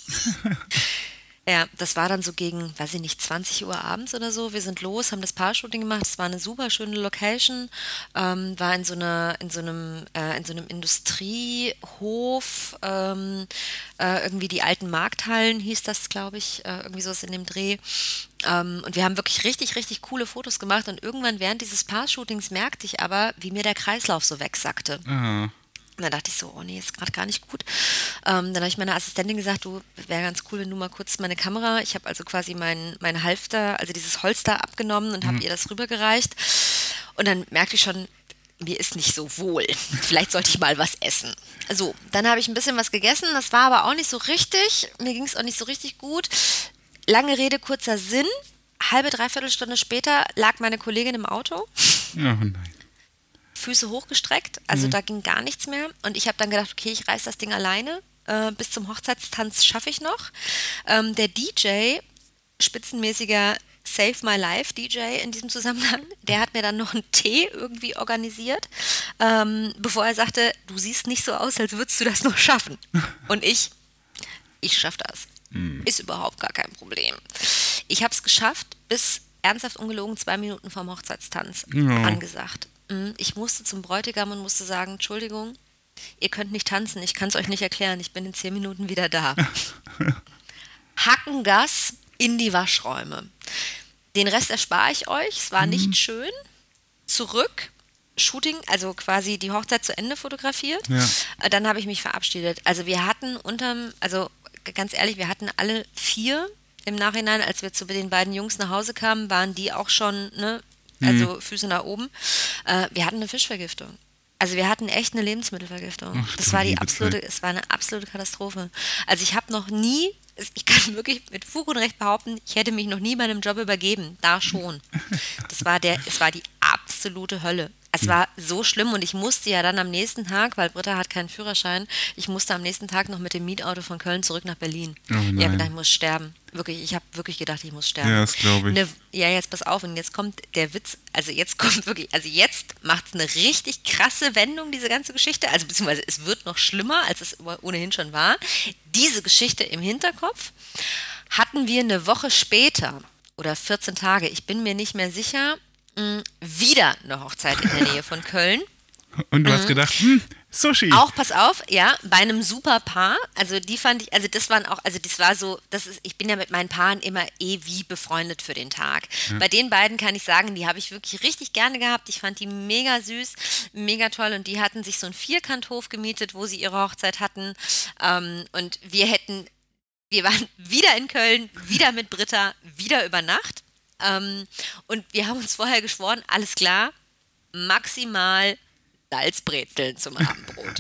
Ja, das war dann so gegen, weiß ich nicht, zwanzig Uhr abends oder so. Wir sind los, haben das Paar-Shooting gemacht. Es war eine super schöne Location. Ähm, war in so einer, in so einem, äh, in so einem Industriehof, ähm, äh, irgendwie die alten Markthallen hieß das, glaube ich, äh, irgendwie sowas in dem Dreh. Ähm, und wir haben wirklich richtig, richtig coole Fotos gemacht. Und irgendwann während dieses Paar-Shootings merkte ich aber, wie mir der Kreislauf so wegsackte. Ah. Und dann dachte ich so, oh nee, ist gerade gar nicht gut. Ähm, dann habe ich meiner Assistentin gesagt, du, wäre ganz cool, wenn du mal kurz meine Kamera, ich habe also quasi mein, mein Halfter, also dieses Holster abgenommen und habe ihr das rübergereicht. Und dann merkte ich schon, mir ist nicht so wohl. Vielleicht sollte ich mal was essen. So, dann habe ich ein bisschen was gegessen, das war aber auch nicht so richtig. Mir ging es auch nicht so richtig gut. Lange Rede, kurzer Sinn. Halbe, dreiviertel Stunde später lag meine Kollegin im Auto. Oh nein. Füße hochgestreckt, also da ging gar nichts mehr. Und ich habe dann gedacht, okay, ich reiß das Ding alleine. Äh, bis zum Hochzeitstanz schaffe ich noch. Ähm, der D J, spitzenmäßiger Save My Life D J in diesem Zusammenhang, der hat mir dann noch einen Tee irgendwie organisiert, ähm, bevor er sagte, du siehst nicht so aus, als würdest du das noch schaffen. Und ich, ich schaffe das. Ist überhaupt gar kein Problem. Ich habe es geschafft, bis ernsthaft ungelogen zwei Minuten vorm Hochzeitstanz Ja. angesagt. Ich musste zum Bräutigam und musste sagen, Entschuldigung, ihr könnt nicht tanzen, ich kann es euch nicht erklären, ich bin in zehn Minuten wieder da. Hackengas in die Waschräume. Den Rest erspare ich euch. Es war nicht schön. Zurück. Shooting, also quasi die Hochzeit zu Ende fotografiert. Ja. Dann habe ich mich verabschiedet. Also wir hatten unterm, also ganz ehrlich, wir hatten alle vier im Nachhinein, als wir zu den beiden Jungs nach Hause kamen, waren die auch schon, ne, also mhm. Füße nach oben. Äh, wir hatten eine Fischvergiftung. Also wir hatten echt eine Lebensmittelvergiftung. Ach, das war die absolute, es war eine absolute Katastrophe. Also ich habe noch nie, ich kann wirklich mit Fug und Recht behaupten, ich hätte mich noch nie bei einem Job übergeben. Da schon. Das war der, es war die absolute Hölle. Es war so schlimm und ich musste ja dann am nächsten Tag, weil Britta hat keinen Führerschein, ich musste am nächsten Tag noch mit dem Mietauto von Köln zurück nach Berlin. Oh nein. Ich habe gedacht, ich muss sterben. Wirklich, ich habe wirklich gedacht, ich muss sterben. Ja, das glaube ich. Ne, ja, jetzt pass auf und jetzt kommt der Witz, also jetzt kommt wirklich, also jetzt macht es eine richtig krasse Wendung, diese ganze Geschichte, also beziehungsweise es wird noch schlimmer, als es ohnehin schon war. Diese Geschichte im Hinterkopf hatten wir eine Woche später oder vierzehn Tage, ich bin mir nicht mehr sicher, mh, wieder eine Hochzeit in der Nähe von Köln. Und du mhm. hast gedacht, hm, Sushi. Auch, pass auf, ja, bei einem super Paar, also die fand ich, also das waren auch, also das war so, das ist, ich bin ja mit meinen Paaren immer eh wie befreundet für den Tag. Ja. Bei den beiden kann ich sagen, die habe ich wirklich richtig gerne gehabt, ich fand die mega süß, mega toll und die hatten sich so einen Vierkanthof gemietet, wo sie ihre Hochzeit hatten ähm, und wir hätten, wir waren wieder in Köln, wieder mit Britta, wieder über Nacht ähm, und wir haben uns vorher geschworen, alles klar, maximal Salzbrezeln zum Abendbrot.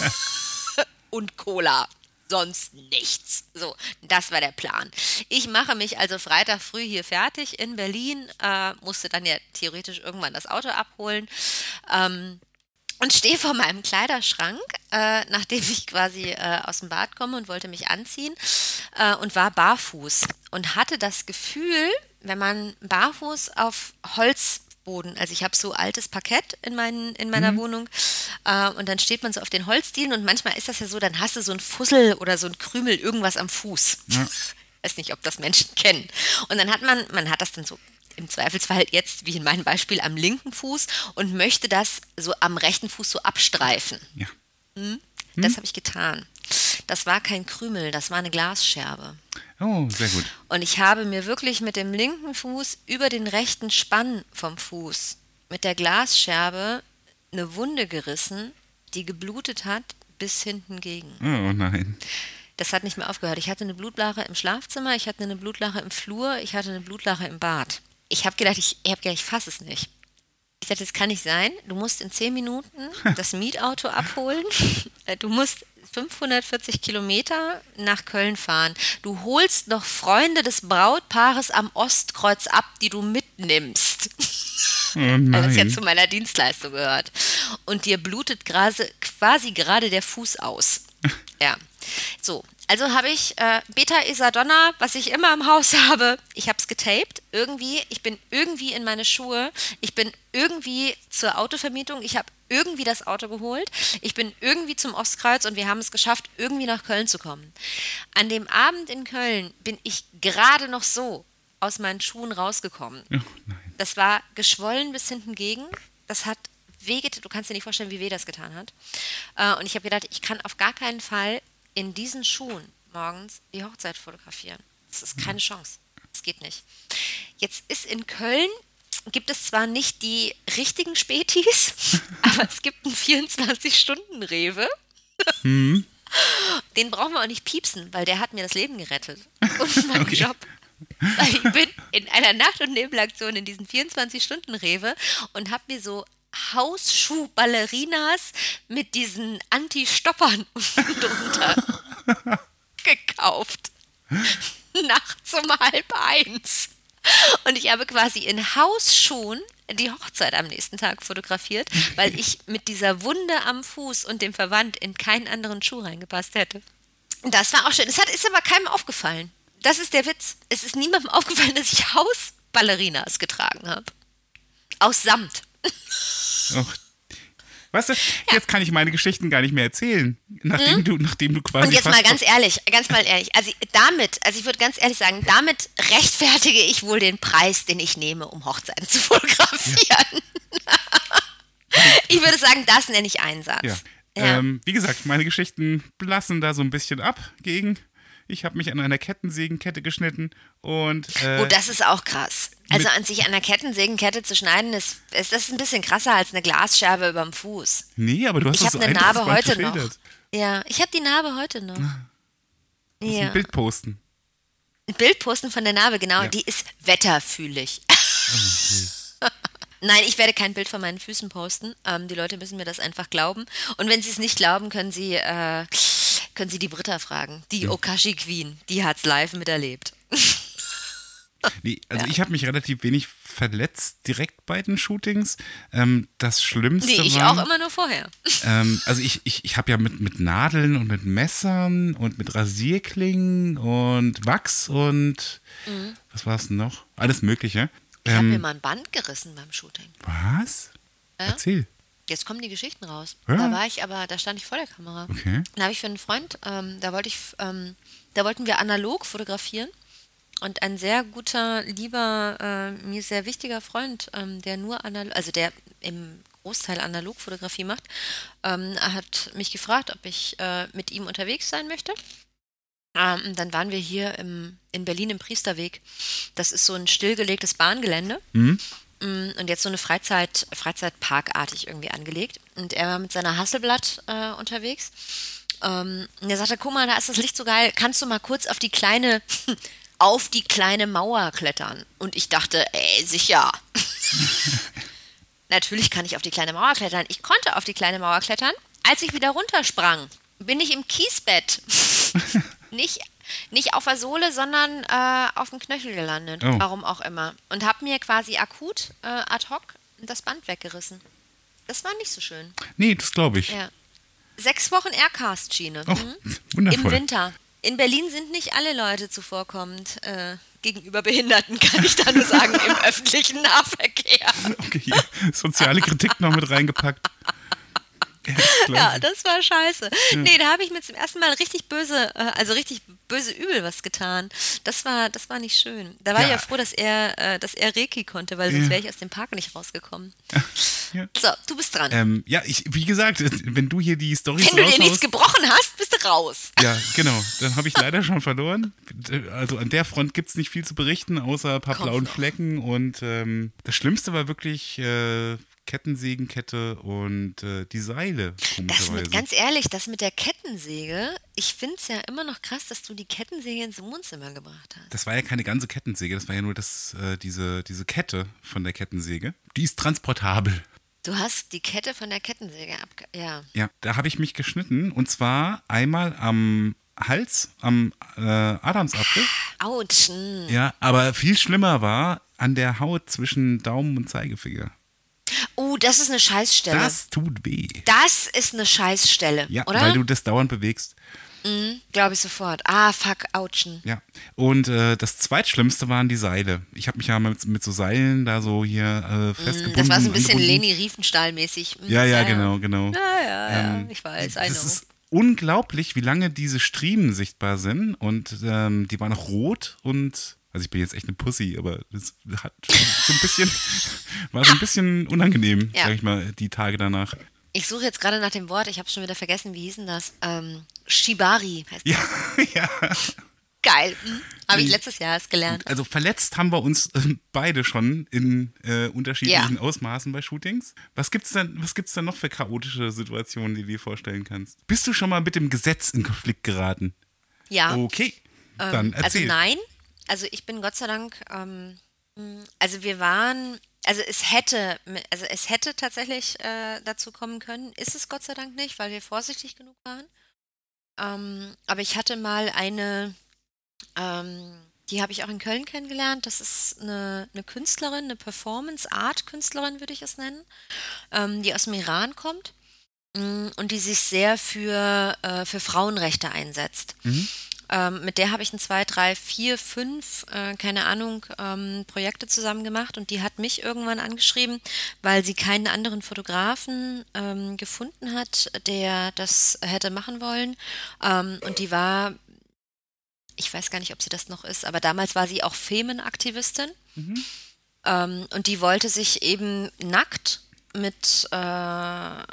Und Cola. Sonst nichts. So, das war der Plan. Ich mache mich also Freitag früh hier fertig in Berlin, äh, musste dann ja theoretisch irgendwann das Auto abholen ähm, und stehe vor meinem Kleiderschrank, äh, nachdem ich quasi äh, aus dem Bad komme und wollte mich anziehen äh, und war barfuß und hatte das Gefühl, wenn man barfuß auf Holz Boden. Also ich habe so altes Parkett in, mein, in meiner mhm. Wohnung äh, und dann steht man so auf den Holzdielen und manchmal ist das ja so, dann hast du so ein Fussel oder so ein Krümel, irgendwas am Fuß. Ja. Ich weiß nicht, ob das Menschen kennen. Und dann hat man, man hat das dann so im Zweifelsfall jetzt, wie in meinem Beispiel, am linken Fuß und möchte das so am rechten Fuß so abstreifen. Ja. Hm? Das hm? habe ich getan. Das war kein Krümel, das war eine Glasscherbe. Oh, sehr gut. Und ich habe mir wirklich mit dem linken Fuß über den rechten Spann vom Fuß mit der Glasscherbe eine Wunde gerissen, die geblutet hat bis hinten gegen. Oh nein. Das hat nicht mehr aufgehört. Ich hatte eine Blutlache im Schlafzimmer, ich hatte eine Blutlache im Flur, ich hatte eine Blutlache im Bad. Ich habe gedacht, ich, ich habe gedacht, ich fasse es nicht. Ich dachte, das kann nicht sein. Du musst in zehn Minuten das Mietauto abholen. Du musst fünfhundertvierzig Kilometer nach Köln fahren. Du holst noch Freunde des Brautpaares am Ostkreuz ab, die du mitnimmst. Oh nein. Weil das ja zu meiner Dienstleistung gehört. Und dir blutet grase, quasi gerade der Fuß aus. Ja. So, also habe ich äh, Beta-Isadonna, was ich immer im Haus habe. Ich habe es getaped. Irgendwie, ich bin irgendwie in meine Schuhe. Ich bin irgendwie zur Autovermietung. Ich habe irgendwie das Auto geholt. Ich bin irgendwie zum Ostkreuz und wir haben es geschafft, irgendwie nach Köln zu kommen. An dem Abend in Köln bin ich gerade noch so aus meinen Schuhen rausgekommen. Oh nein. Das war geschwollen bis hinten gegen. Das hat wehgetan. Du kannst dir nicht vorstellen, wie weh das getan hat. Äh, und ich habe gedacht, ich kann auf gar keinen Fall in diesen Schuhen morgens die Hochzeit fotografieren. Das ist keine Chance. Das geht nicht. Jetzt ist in Köln, gibt es zwar nicht die richtigen Spätis, aber es gibt einen vierundzwanzig-Stunden-Rewe. Hm. Den brauchen wir auch nicht piepsen, weil der hat mir das Leben gerettet. Und meinen okay. Job. Weil ich bin in einer Nacht- und Nebelaktion in diesen vierundzwanzig-Stunden-Rewe und habe mir so Hausschuh-Ballerinas mit diesen Anti-Stoppern drunter gekauft. Nachts um halb eins. Und ich habe quasi in Hausschuhen die Hochzeit am nächsten Tag fotografiert, weil ich mit dieser Wunde am Fuß und dem Verband in keinen anderen Schuh reingepasst hätte. Das war auch schön. Es hat, ist aber keinem aufgefallen. Das ist der Witz. Es ist niemandem aufgefallen, dass ich Hausballerinas getragen habe. Aus Samt. Och. Weißt du, ja. Jetzt kann ich meine Geschichten gar nicht mehr erzählen, nachdem, hm? du, nachdem du quasi. Und jetzt mal ganz ehrlich, ganz mal ehrlich, also damit, also ich würde ganz ehrlich sagen, damit rechtfertige ich wohl den Preis, den ich nehme, um Hochzeiten zu fotografieren. Ja. Ich würde sagen, das nenne ich Einsatz. Ja. Ja. Ähm, wie gesagt, meine Geschichten blassen da so ein bisschen ab gegen, ich habe mich an einer Kettensägenkette geschnitten und äh, Oh, das ist auch krass. Also an sich an einer Kettensägenkette zu schneiden, ist, ist das ist ein bisschen krasser als eine Glasscherbe überm Fuß. nee, aber du hast Ich das habe so eine Narbe eindrucksvoll heute noch. geschildert. Ja, ich habe die Narbe heute noch. Du musst Ja. ein Bild posten. Ein Bild posten von der Narbe, genau. Ja. Die ist wetterfühlig. Nein, ich werde kein Bild von meinen Füßen posten. Ähm, die Leute müssen mir das einfach glauben. Und wenn sie es nicht glauben, können sie, äh, können sie die Britta fragen. Die Okashi Queen. Die hat's live miterlebt. Nee, also ich habe mich relativ wenig verletzt direkt bei den Shootings. Ähm, das Schlimmste Nee, ich war, auch immer nur vorher. Ähm, also ich, ich, ich habe ja mit, mit Nadeln und mit Messern und mit Rasierklingen und Wachs und Mhm. was war es denn noch? Alles Mögliche. Ich habe mir Ähm, mal ein Band gerissen beim Shooting. was? Ja? Erzähl. Jetzt kommen die Geschichten raus. Ja. Da war ich aber, da stand ich vor der Kamera. Okay. Da habe ich für einen Freund, ähm, da wollte ich, ähm, da wollten wir analog fotografieren. Und ein sehr guter, lieber, äh, mir sehr wichtiger Freund, ähm, der nur analog, also der im Großteil Analogfotografie macht, ähm, hat mich gefragt, ob ich äh, mit ihm unterwegs sein möchte. Ähm, dann waren wir hier im, in Berlin im Priesterweg. Das ist so ein stillgelegtes Bahngelände. Mhm. Mm, Und jetzt so eine Freizeit, Freizeitparkartig irgendwie angelegt. Und er war mit seiner Hasselblatt äh, unterwegs. Ähm, und er sagte, guck mal, da ist das Licht so geil. Kannst du mal kurz auf die kleine, auf die kleine Mauer klettern? Und ich dachte, ey, sicher. Natürlich kann ich auf die kleine Mauer klettern. Ich konnte auf die kleine Mauer klettern. Als ich wieder runtersprang, bin ich im Kiesbett. nicht, nicht auf der Sohle, sondern äh, auf dem Knöchel gelandet. Oh. Warum auch immer. Und habe mir quasi akut, äh, ad hoc, das Band weggerissen. Das war nicht so schön. Nee, das glaube ich. Ja. Sechs Wochen Aircast-Schiene. Oh, Mhm. wundervoll. Im Winter. In Berlin sind nicht alle Leute zuvorkommend äh, gegenüber Behinderten, kann ich da nur sagen, im öffentlichen Nahverkehr. Okay, hier, soziale Kritik noch mit reingepackt. Ja, das glaub Ja, ich. das war scheiße. Nee, da habe ich mir zum ersten Mal richtig böse, äh, also richtig böse übel was getan. Das war, das war nicht schön. Da war Ja. ich ja froh, dass er, äh, dass er Reiki konnte, weil sonst Ja. wäre ich aus dem Park nicht rausgekommen. Ja. So, du bist dran. Ähm, ja, ich, wie gesagt, wenn du hier die Storys Wenn du dir nichts raushaust, gebrochen hast, bist du raus. ja, genau, dann habe ich leider schon verloren. Also an der Front gibt es nicht viel zu berichten, außer ein paar Kommt blauen noch. Flecken. Und ähm, das Schlimmste war wirklich äh, Kettensägenkette und äh, die Seile, Das komischerweise. mit, ganz ehrlich, das mit der Kettensäge, ich finde es ja immer noch krass, dass du die Kettensäge ins Wohnzimmer gebracht hast. Das war ja keine ganze Kettensäge, das war ja nur das, äh, diese, diese Kette von der Kettensäge. Die ist transportabel. Du hast die Kette von der Kettensäge abge... Ja. Ja, da habe ich mich geschnitten und zwar einmal am Hals, am äh, Adamsapfel. Autsch. mm. Ja, aber viel schlimmer war an der Haut zwischen Daumen und Zeigefinger. Oh, das ist eine Scheißstelle. Das, Das tut weh. ist eine Scheißstelle, Ja, oder? weil du das dauernd bewegst. Glaube ich sofort. Ah, fuck, Autschen. Ja. Und äh, das zweitschlimmste waren die Seile. Ich habe mich ja mit, mit so Seilen da so hier äh, festgebunden. Das war so ein bisschen angebunden. Leni Riefenstahl-mäßig. Mm, Ja, ja, genau, genau. Ja, ja, ja, Ähm, ich weiß, I Das know. ist unglaublich, wie lange diese Striemen sichtbar sind. Und ähm, die waren noch rot und also ich bin jetzt echt eine Pussy, aber das hat so ein bisschen, war so ein bisschen unangenehm, Ja. sag ich mal, die Tage danach. Ich suche jetzt gerade nach dem Wort, ich habe schon wieder vergessen, wie hieß denn das? Ähm, Shibari heißt Ja, ja. das. Geil. Hm? Habe ich letztes Jahr erst gelernt. Also verletzt haben wir uns äh, beide schon in äh, unterschiedlichen Ja. Ausmaßen bei Shootings. Was gibt's denn, was gibt's denn noch für chaotische Situationen, die du dir vorstellen kannst? Bist du schon mal mit dem Gesetz in Konflikt geraten? Ja. Okay, dann Also erzähl. nein, also ich bin Gott sei Dank, ähm, mh, also wir waren, also es hätte, also es hätte tatsächlich äh, dazu kommen können, ist es Gott sei Dank nicht, weil wir vorsichtig genug waren. Ähm, aber ich hatte mal eine, ähm, die habe ich auch in Köln kennengelernt. Das ist eine, eine Künstlerin, eine Performance-Art-Künstlerin, würde ich es nennen, ähm, die aus dem Iran kommt mh, und die sich sehr für, äh, für Frauenrechte einsetzt. Mhm. Ähm, mit der habe ich ein, zwei, drei, vier, fünf, äh, keine Ahnung, ähm, Projekte zusammen gemacht und die hat mich irgendwann angeschrieben, weil sie keinen anderen Fotografen ähm, gefunden hat, der das hätte machen wollen. Ähm, und die war, ich weiß gar nicht, ob sie das noch ist, aber damals war sie auch Femenaktivistin. Mhm. Ähm, und die wollte sich eben nackt mit äh,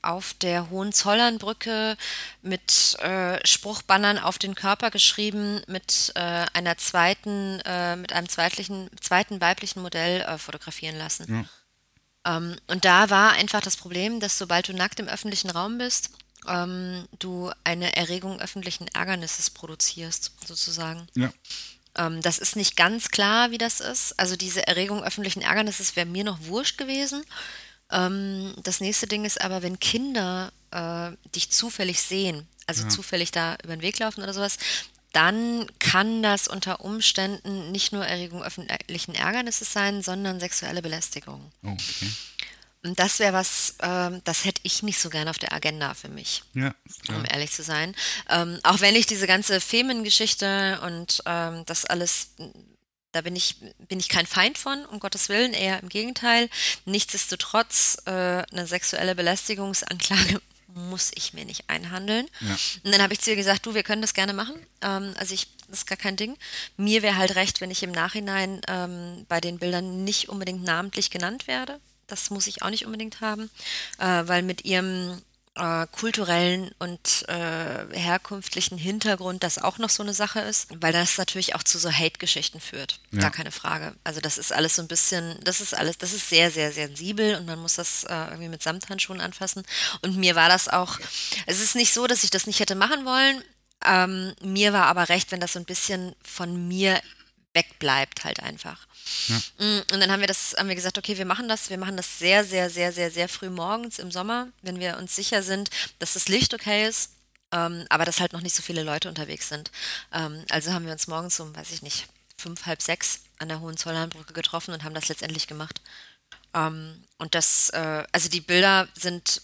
auf der Hohenzollernbrücke mit äh, Spruchbannern auf den Körper geschrieben, mit äh, einer zweiten, äh, mit einem zweitlichen, zweiten weiblichen Modell äh, fotografieren lassen. Ja. Ähm, und da war einfach das Problem, dass sobald du nackt im öffentlichen Raum bist, ähm, du eine Erregung öffentlichen Ärgernisses produzierst, sozusagen. Ja. Ähm, das ist nicht ganz klar, wie das ist. Also diese Erregung öffentlichen Ärgernisses wäre mir noch wurscht gewesen. Ähm, das nächste Ding ist aber, wenn Kinder äh, dich zufällig sehen, also Ja. zufällig da über den Weg laufen oder sowas, dann kann das unter Umständen nicht nur Erregung öffentlichen Ärgernisses sein, sondern sexuelle Belästigung. Oh, okay. Und das wäre was, ähm, das hätte ich nicht so gerne auf der Agenda für mich, Ja, ist klar. um ehrlich zu sein. Ähm, auch wenn ich diese ganze Femen-Geschichte und ähm, das alles, da bin ich, bin ich kein Feind von, um Gottes Willen, eher im Gegenteil. Nichtsdestotrotz, äh, eine sexuelle Belästigungsanklage muss ich mir nicht einhandeln. Ja. Und dann habe ich zu ihr gesagt, du, wir können das gerne machen. Ähm, also ich, das ist gar kein Ding. Mir wäre halt recht, wenn ich im Nachhinein ähm, bei den Bildern nicht unbedingt namentlich genannt werde. Das muss ich auch nicht unbedingt haben, äh, weil mit ihrem äh, kulturellen und äh, herkunftlichen Hintergrund das auch noch so eine Sache ist, weil das natürlich auch zu so Hate-Geschichten führt. Ja. Gar keine Frage. Also das ist alles so ein bisschen, das ist alles, das ist sehr, sehr, sehr sensibel und man muss das äh, irgendwie mit Samthandschuhen anfassen. Und mir war das auch, es ist nicht so, dass ich das nicht hätte machen wollen. Ähm, mir war aber recht, wenn das so ein bisschen von mir wegbleibt halt einfach. Ja. Und dann haben wir das, haben wir gesagt, okay, wir machen das, wir machen das sehr, sehr, sehr, sehr, sehr früh morgens im Sommer, wenn wir uns sicher sind, dass das Licht okay ist, ähm, aber dass halt noch nicht so viele Leute unterwegs sind. Ähm, also haben wir uns morgens um, weiß ich nicht, fünf, halb sechs an der Hohenzollernbrücke getroffen und haben das letztendlich gemacht. Ähm, und das, äh, also die Bilder sind,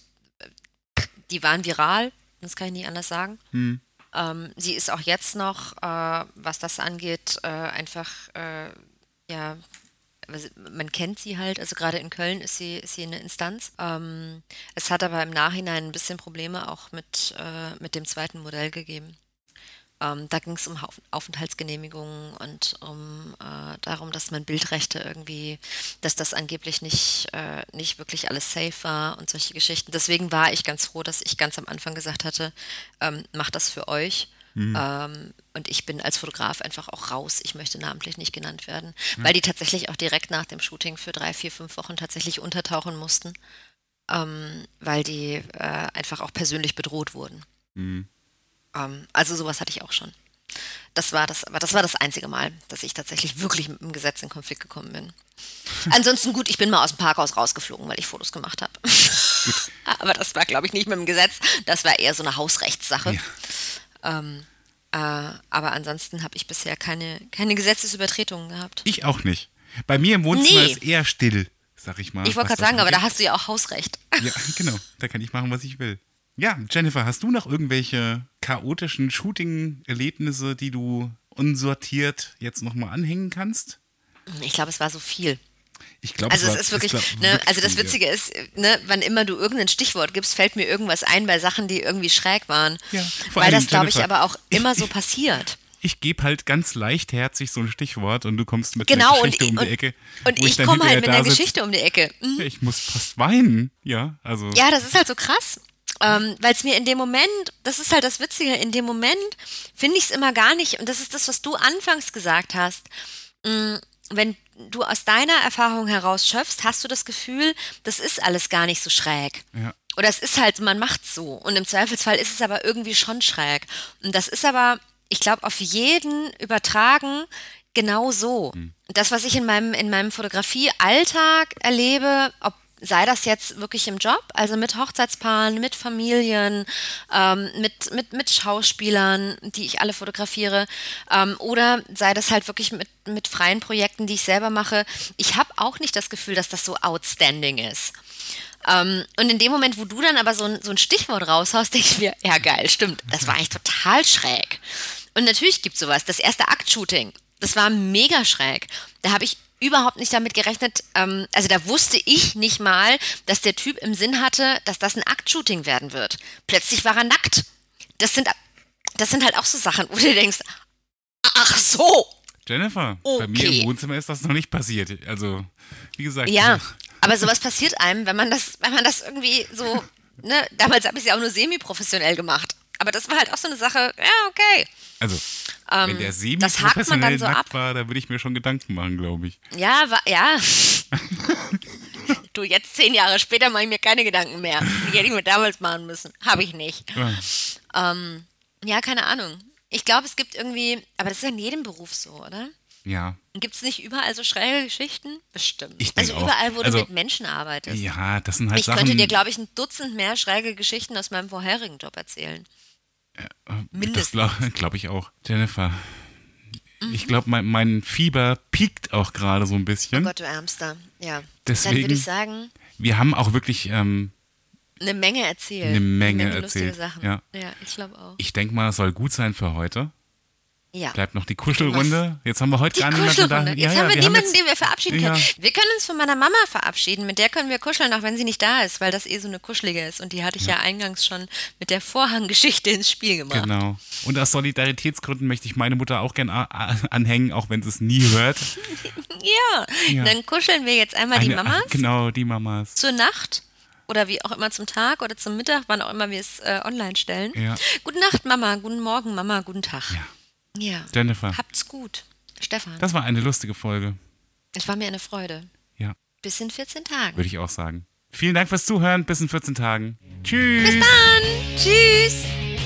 die waren viral, das kann ich nicht anders sagen. Hm. Ähm, sie ist auch jetzt noch, äh, was das angeht, äh, einfach, äh, ja, also man kennt sie halt, also gerade in Köln ist sie, ist sie eine Instanz. Ähm, es hat aber im Nachhinein ein bisschen Probleme auch mit, äh, mit dem zweiten Modell gegeben. Ähm, da ging es um Haufen- Aufenthaltsgenehmigungen und um äh, darum, dass man Bildrechte irgendwie, dass das angeblich nicht, äh, nicht wirklich alles safe war und solche Geschichten. Deswegen war ich ganz froh, dass ich ganz am Anfang gesagt hatte, ähm, macht das für euch. Mhm. Ähm, und ich bin als Fotograf einfach auch raus. Ich möchte namentlich nicht genannt werden, weil die tatsächlich auch direkt nach dem Shooting für drei, vier, fünf Wochen tatsächlich untertauchen mussten, ähm, weil die äh, einfach auch persönlich bedroht wurden. Mhm. Ähm, also sowas hatte ich auch schon. Das war das, aber das war das einzige Mal, dass ich tatsächlich wirklich mit dem Gesetz in Konflikt gekommen bin. Ansonsten gut, ich bin mal aus dem Parkhaus rausgeflogen, weil ich Fotos gemacht habe. Aber das war, glaube ich, nicht mit dem Gesetz. Das war eher so eine Hausrechtssache. Ja. Ähm, äh, aber ansonsten habe ich bisher keine, keine Gesetzesübertretungen gehabt. Ich auch nicht. Bei mir im Wohnzimmer Nee. ist eher still, sag ich mal. Ich wollte was gerade das sagen, aber da angeht. hast du ja auch Hausrecht. Ja, genau. Da kann ich machen, was ich will. Ja, Jennifer, hast du noch irgendwelche chaotischen Shooting-Erlebnisse, die du unsortiert jetzt nochmal anhängen kannst? Ich glaube, es war so viel. Ich glaube, Also es es war- ist wirklich, glaub, ne, wirklich also das viel. Witzige ist, ne, wann immer du irgendein Stichwort gibst, fällt mir irgendwas ein bei Sachen, die irgendwie schräg waren. Ja, vor Weil allem, das, glaube ich, Jennifer, aber auch ich- immer so ich- passiert. Ich gebe halt ganz leichtherzig so ein Stichwort und du kommst mit Genau, einer und, Geschichte um und, die Ecke. und wo ich dann komme halt mit hinterher einer da sitz. Geschichte um die Ecke. Mhm. Ich muss fast weinen. Ja, also. Ja, das ist halt so krass. Ähm, weil es mir in dem Moment, das ist halt das Witzige, in dem Moment finde ich es immer gar nicht, und das ist das, was du anfangs gesagt hast, mh, wenn du aus deiner Erfahrung heraus schöpfst, hast du das Gefühl, das ist alles gar nicht so schräg. Ja. Oder es ist halt, man macht's so. Und im Zweifelsfall ist es aber irgendwie schon schräg. Und das ist aber, ich glaube, auf jeden übertragen genau so. Das, was ich in meinem, in meinem Fotografie-Alltag erlebe, ob sei das jetzt wirklich im Job, also mit Hochzeitspaaren, mit Familien, ähm, mit, mit, mit Schauspielern, die ich alle fotografiere, ähm, oder sei das halt wirklich mit, mit freien Projekten, die ich selber mache. Ich habe auch nicht das Gefühl, dass das so outstanding ist. Ähm, und in dem Moment, wo du dann aber so ein, so ein Stichwort raushaust, denke ich mir, ja geil, stimmt, das war eigentlich total schräg. Und natürlich gibt es sowas. Das erste Akt-Shooting, das war mega schräg. Da habe ich überhaupt nicht damit gerechnet, ähm, also da wusste ich nicht mal, dass der Typ im Sinn hatte, dass das ein Akt-Shooting werden wird. Plötzlich war er nackt. Das sind, das sind halt auch so Sachen, wo du denkst, ach so. Jennifer, bei mir Okay. im Wohnzimmer ist das noch nicht passiert. Also, wie gesagt. Ja, aber sowas passiert einem, wenn man das, wenn man das irgendwie so ne, damals habe ich es ja auch nur semi-professionell gemacht. Aber das war halt auch so eine Sache, ja, okay. Also, Ähm, wenn der das hakt man semi-professionell dann so nackt ab. war, da würde ich mir schon Gedanken machen, glaube ich. Ja, war, ja. Du, jetzt zehn Jahre später mache ich mir keine Gedanken mehr. Die hätte ich mir damals machen müssen. Habe ich nicht. Ja. Ähm, ja, keine Ahnung. Ich glaube, es gibt irgendwie, aber das ist ja in jedem Beruf so, oder? Ja. Gibt es nicht überall so schräge Geschichten? Bestimmt. Ich denk Also auch. überall, wo Also, du mit Menschen arbeitest. Ja, das sind halt Ich Sachen. könnte dir, glaube ich, ein Dutzend mehr schräge Geschichten aus meinem vorherigen Job erzählen. Das mindestens. glaube glaub ich auch. Jennifer, ich glaube, mein, mein Fieber piekt auch gerade so ein Oh bisschen. Gott, du Ärmster. Ja. Deswegen, Dann würde ich sagen, wir haben auch wirklich ähm, eine Menge erzählt. eine Menge lustige erzählt. Sachen. Ja. ja, ich glaube auch. Ich denke mal, es soll gut sein für heute. Ja. Bleibt noch die Kuschelrunde. Jetzt haben wir heute Die gar niemanden da. Kuschelrunde. Ja, Jetzt ja, haben wir wir niemanden, jetzt, den wir verabschieden können. Ja. Wir können uns von meiner Mama verabschieden. Mit der können wir kuscheln, auch wenn sie nicht da ist, weil das eh so eine kuschelige ist. Und die hatte ich ja, ja eingangs schon mit der Vorhanggeschichte ins Spiel gemacht. Genau. Und aus Solidaritätsgründen möchte ich meine Mutter auch gern a- a- anhängen, auch wenn sie es nie hört. Ja. Ja. Dann kuscheln wir jetzt einmal die Eine- Mamas Genau, die Mamas. zur Nacht. Oder wie auch immer zum Tag oder zum Mittag, wann auch immer wir es äh, online stellen. Ja. Gute Nacht, Mama. Guten Morgen, Mama. Guten Tag. Ja. Ja. Jennifer, Habt's gut. Stefan, das war eine lustige Folge. es war mir eine Freude. Ja, Bis in vierzehn Tagen. würde ich auch sagen. Vielen Dank fürs Zuhören. Bis in vierzehn Tagen. Tschüss. Bis dann. Tschüss.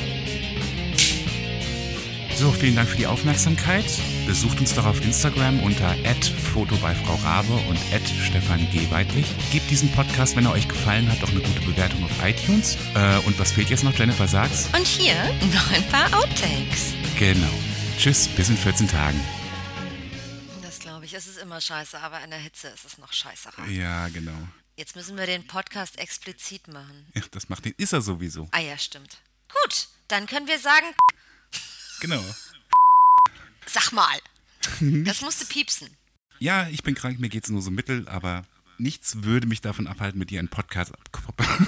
So, vielen Dank für die Aufmerksamkeit. Besucht uns doch auf Instagram unter at foto bei Frau Rabe und at Stefan G. Weidlich. Gebt diesem Podcast, wenn er euch gefallen hat, doch eine gute Bewertung auf iTunes. Äh, und was fehlt jetzt noch, Jennifer, sag's? Und hier noch ein paar Outtakes. Genau. Tschüss, bis in vierzehn Tagen. Das glaube ich. Es ist immer scheiße, aber in der Hitze ist es noch scheißerer. Ja, genau. Jetzt müssen wir den Podcast explizit machen. Ja, das macht den, ist er sowieso. Ah ja, stimmt. Gut, dann können wir sagen, Genau. sag mal. Das musste piepsen. Ja, ich bin krank, mir geht's nur so mittel, aber nichts würde mich davon abhalten, mit dir einen Podcast abzukoppeln.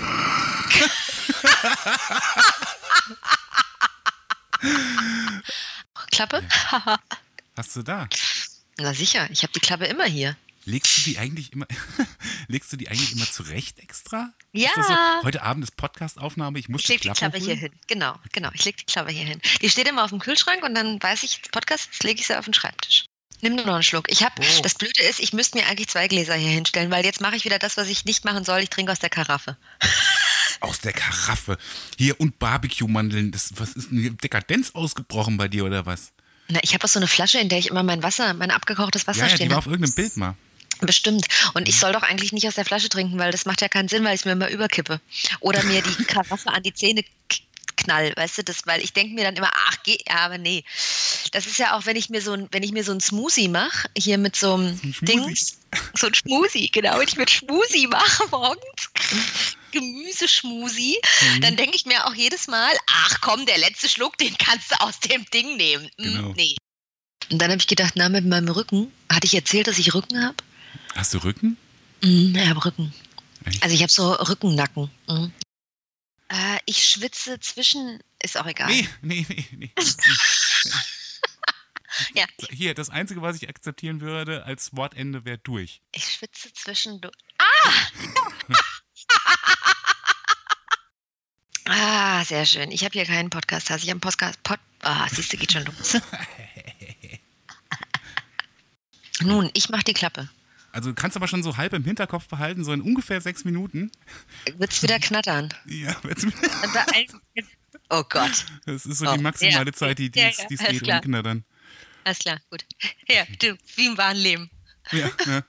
Klappe? Hast du da? Na sicher, ich habe die Klappe immer hier. Legst du die eigentlich immer, legst du die eigentlich immer zurecht extra? Ja. Ist das so, heute Abend ist Podcast-Aufnahme, ich muss Ich die lege die Klappe Klappe hier holen? hin. Genau, genau. Ich lege die Klappe hier hin. Die steht immer auf dem Kühlschrank und dann weiß ich, Podcast, jetzt lege ich sie auf den Schreibtisch. Nimm nur noch einen Schluck. Ich habe, Oh. das Blöde ist, ich müsste mir eigentlich zwei Gläser hier hinstellen, weil jetzt mache ich wieder das, was ich nicht machen soll. Ich trinke aus der Karaffe. Aus der Karaffe. Hier, und Barbecue-Mandeln. Das, was ist eine Dekadenz ausgebrochen bei dir, oder was? Na, ich habe auch so eine Flasche, in der ich immer mein Wasser, mein abgekochtes Wasser Ja, ja, die stehen war habe. auf irgendeinem Bild mal. Bestimmt. Und ich soll doch eigentlich nicht aus der Flasche trinken, weil das macht ja keinen Sinn, weil ich es mir immer überkippe. Oder mir die Karaffe an die Zähne k- knall, weißt du, das, weil ich denke mir dann immer, ach, geh, ja, aber nee. Das ist ja auch, wenn ich mir so ein, wenn ich mir so ein Smoothie mache, hier mit so einem ein Schmusi. Dings, so ein Schmusi, genau, wenn ich mir Schmusi mache morgens, Gemüseschmusi, Mhm. dann denke ich mir auch jedes Mal, ach komm, der letzte Schluck, den kannst du aus dem Ding nehmen. Hm, Genau. Nee. Und dann habe ich gedacht, na, mit meinem Rücken, hatte ich erzählt, dass ich Rücken habe? Hast du Rücken? Mhm, ich habe Rücken. Echt? Also ich habe so Rückennacken. Mhm. Äh, ich schwitze zwischen, ist auch egal. Nee, nee, nee, nee. Ja, Hier, das Einzige, was ich akzeptieren würde als Wortende, wäre durch. ich schwitze zwischen. Ah! ah, sehr schön. Ich habe hier keinen Podcast. Also ich habe einen Podcast. Pod, ah, siehst du, geht schon los. Nun, ich mache die Klappe. Also du kannst aber schon so halb im Hinterkopf behalten, so in ungefähr sechs Minuten. Wird's wieder knattern? Ja, Oh Gott. das ist so Oh, die maximale ja. Zeit, die Ja, es ja, die es alles geht klar. um Knattern. Alles klar, gut. Ja, du, wie im wahren Leben. Ja, ja.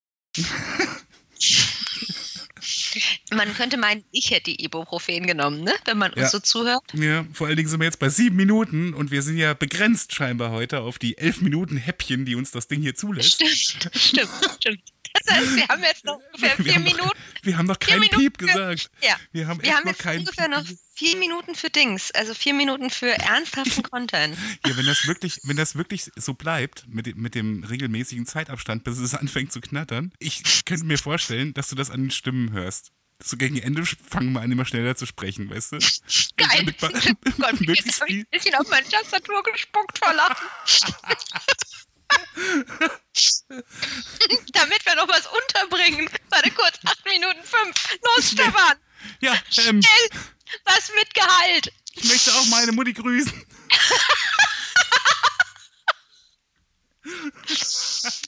Man könnte meinen, ich hätte Ibuprofen genommen, ne? Wenn man uns Ja. so zuhört. Ja, vor allen Dingen sind wir jetzt bei sieben Minuten und wir sind ja begrenzt scheinbar heute auf die elf Minuten Häppchen, die uns das Ding hier zulässt. Stimmt, stimmt, stimmt. Das heißt, wir haben jetzt noch ungefähr Wir vier haben noch- Minuten. Wir haben noch Vier keinen Minuten Piep für- gesagt. Ja, Wir haben, wir echt haben noch jetzt keinen ungefähr Piep noch vier Minuten für Dings. Also vier Minuten für ernsthaften Content. Ja, wenn das wirklich, wenn das wirklich so bleibt, mit, dem- mit dem regelmäßigen Zeitabstand, bis es anfängt zu knattern, ich könnte mir vorstellen, dass du das an den Stimmen hörst. So gegen Ende fangen wir an, immer schneller zu sprechen, weißt du? Geil. Damit man- Oh Gott, möglichst jetzt habe ich viel- ein bisschen auf meine Tastatur gespuckt vor Lachen. Damit wir noch was unterbringen. Warte kurz, acht Minuten fünf. Los, Stefan. Ja, Ähm, Was mit Gehalt? Ich möchte auch meine Mutti grüßen.